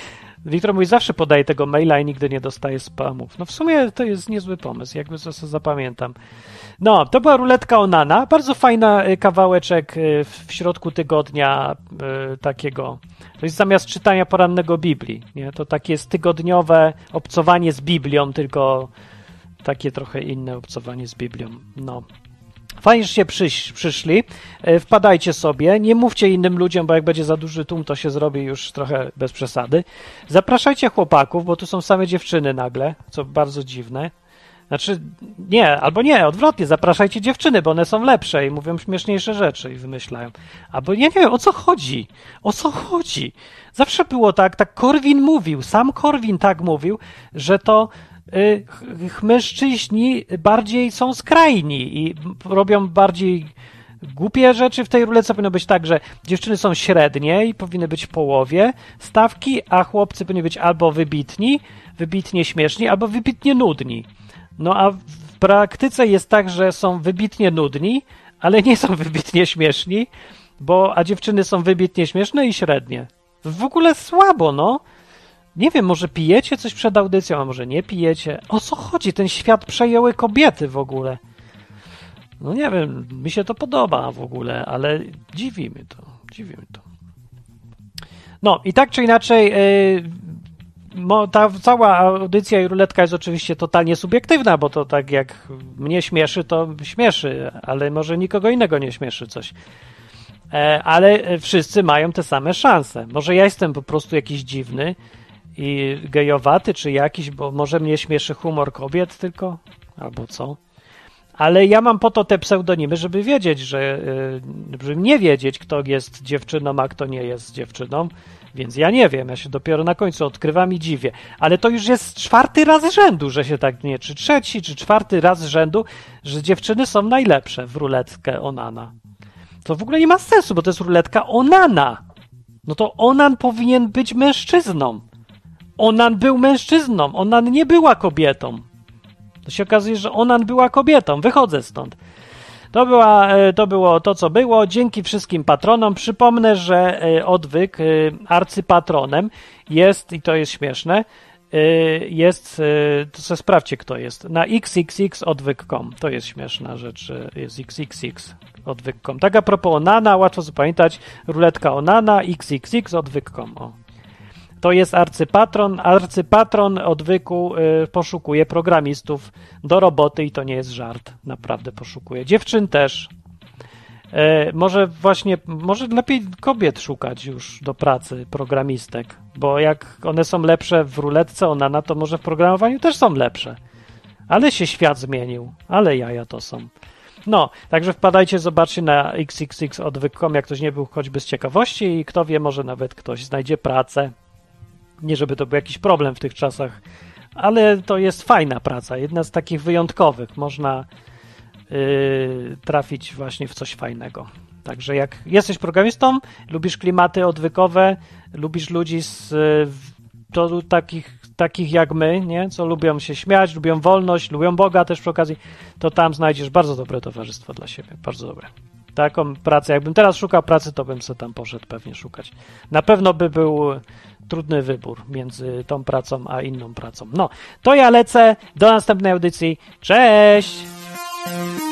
Wiktor mówi, zawsze podaje tego maila i nigdy nie dostaje spamów. No w sumie to jest niezły pomysł, jakby to sobie zapamiętam. No, to była ruletka Onana, bardzo fajna kawałeczek w środku tygodnia takiego. To jest zamiast czytania porannego Biblii, nie? To takie jest tygodniowe obcowanie z Biblią, tylko takie trochę inne obcowanie z Biblią. No. Fajnie, że się przyszli. Wpadajcie sobie. Nie mówcie innym ludziom, bo jak będzie za duży tłum, to się zrobi już trochę bez przesady. Zapraszajcie chłopaków, bo tu są same dziewczyny nagle, co bardzo dziwne. Znaczy, nie, albo nie, odwrotnie, zapraszajcie dziewczyny, bo one są lepsze i mówią śmieszniejsze rzeczy i wymyślają. Albo ja nie wiem, o co chodzi? O co chodzi? Zawsze było tak Korwin mówił, sam Korwin tak mówił, że to mężczyźni bardziej są skrajni i robią bardziej głupie rzeczy. W tej ruletce powinno być tak, że dziewczyny są średnie i powinny być w połowie stawki, a chłopcy powinni być albo wybitnie śmieszni, albo wybitnie nudni. No a w praktyce jest tak, że są wybitnie nudni, ale nie są wybitnie śmieszni, a dziewczyny są wybitnie śmieszne i średnie. W ogóle słabo, no. Nie wiem, może pijecie coś przed audycją, a może nie pijecie. O co chodzi? Ten świat przejęły kobiety w ogóle. No nie wiem, mi się to podoba w ogóle, ale dziwi mnie to. No i tak czy inaczej, ta cała audycja i ruletka jest oczywiście totalnie subiektywna, bo to tak jak mnie śmieszy, to śmieszy, ale może nikogo innego nie śmieszy coś. Ale wszyscy mają te same szanse. Może ja jestem po prostu jakiś dziwny i gejowaty, czy jakiś, bo może mnie śmieszy humor kobiet tylko, albo co. Ale ja mam po to te pseudonimy, żeby wiedzieć, żeby nie wiedzieć, kto jest dziewczyną, a kto nie jest dziewczyną, więc ja nie wiem, ja się dopiero na końcu odkrywam i dziwię. Ale to już jest 4. raz z rzędu, że się tak nie, czy 3., czy 4. raz z rzędu, że dziewczyny są najlepsze w ruletkę Onana. To w ogóle nie ma sensu, bo to jest ruletka Onana. No to Onan powinien być mężczyzną. Onan był mężczyzną, Onan nie była kobietą. To się okazuje, że Onan była kobietą. Wychodzę stąd. To było to, co było. Dzięki wszystkim patronom. Przypomnę, że Odwyk arcypatronem jest, i to jest śmieszne, to sobie sprawdźcie, kto jest. Na xxxodwyk.com. To jest śmieszna rzecz, jest xxxodwyk.com. Tak a propos Onana, łatwo zapamiętać, ruletka Onana, xxxodwyk.com. O. To jest arcypatron Odwyku, poszukuje programistów do roboty i to nie jest żart, naprawdę poszukuje. Dziewczyn też. Może lepiej kobiet szukać już do pracy, programistek, bo jak one są lepsze w ruletce Onana, to może w programowaniu też są lepsze. Ale się świat zmienił, ale jaja to są. No, także wpadajcie, zobaczcie na xxxodwyk.com, jak ktoś nie był choćby z ciekawości i kto wie, może nawet ktoś znajdzie pracę. Nie żeby to był jakiś problem w tych czasach, ale to jest fajna praca, jedna z takich wyjątkowych. Można trafić właśnie w coś fajnego. Także jak jesteś programistą, lubisz klimaty odwykowe, lubisz ludzi takich jak my, nie? Co lubią się śmiać, lubią wolność, lubią Boga też przy okazji, to tam znajdziesz bardzo dobre towarzystwo dla siebie, bardzo dobre. Taką pracę, jakbym teraz szukał pracy, to bym sobie tam poszedł pewnie szukać. Na pewno by był trudny wybór między tą pracą a inną pracą. No, to ja lecę, do następnej audycji. Cześć!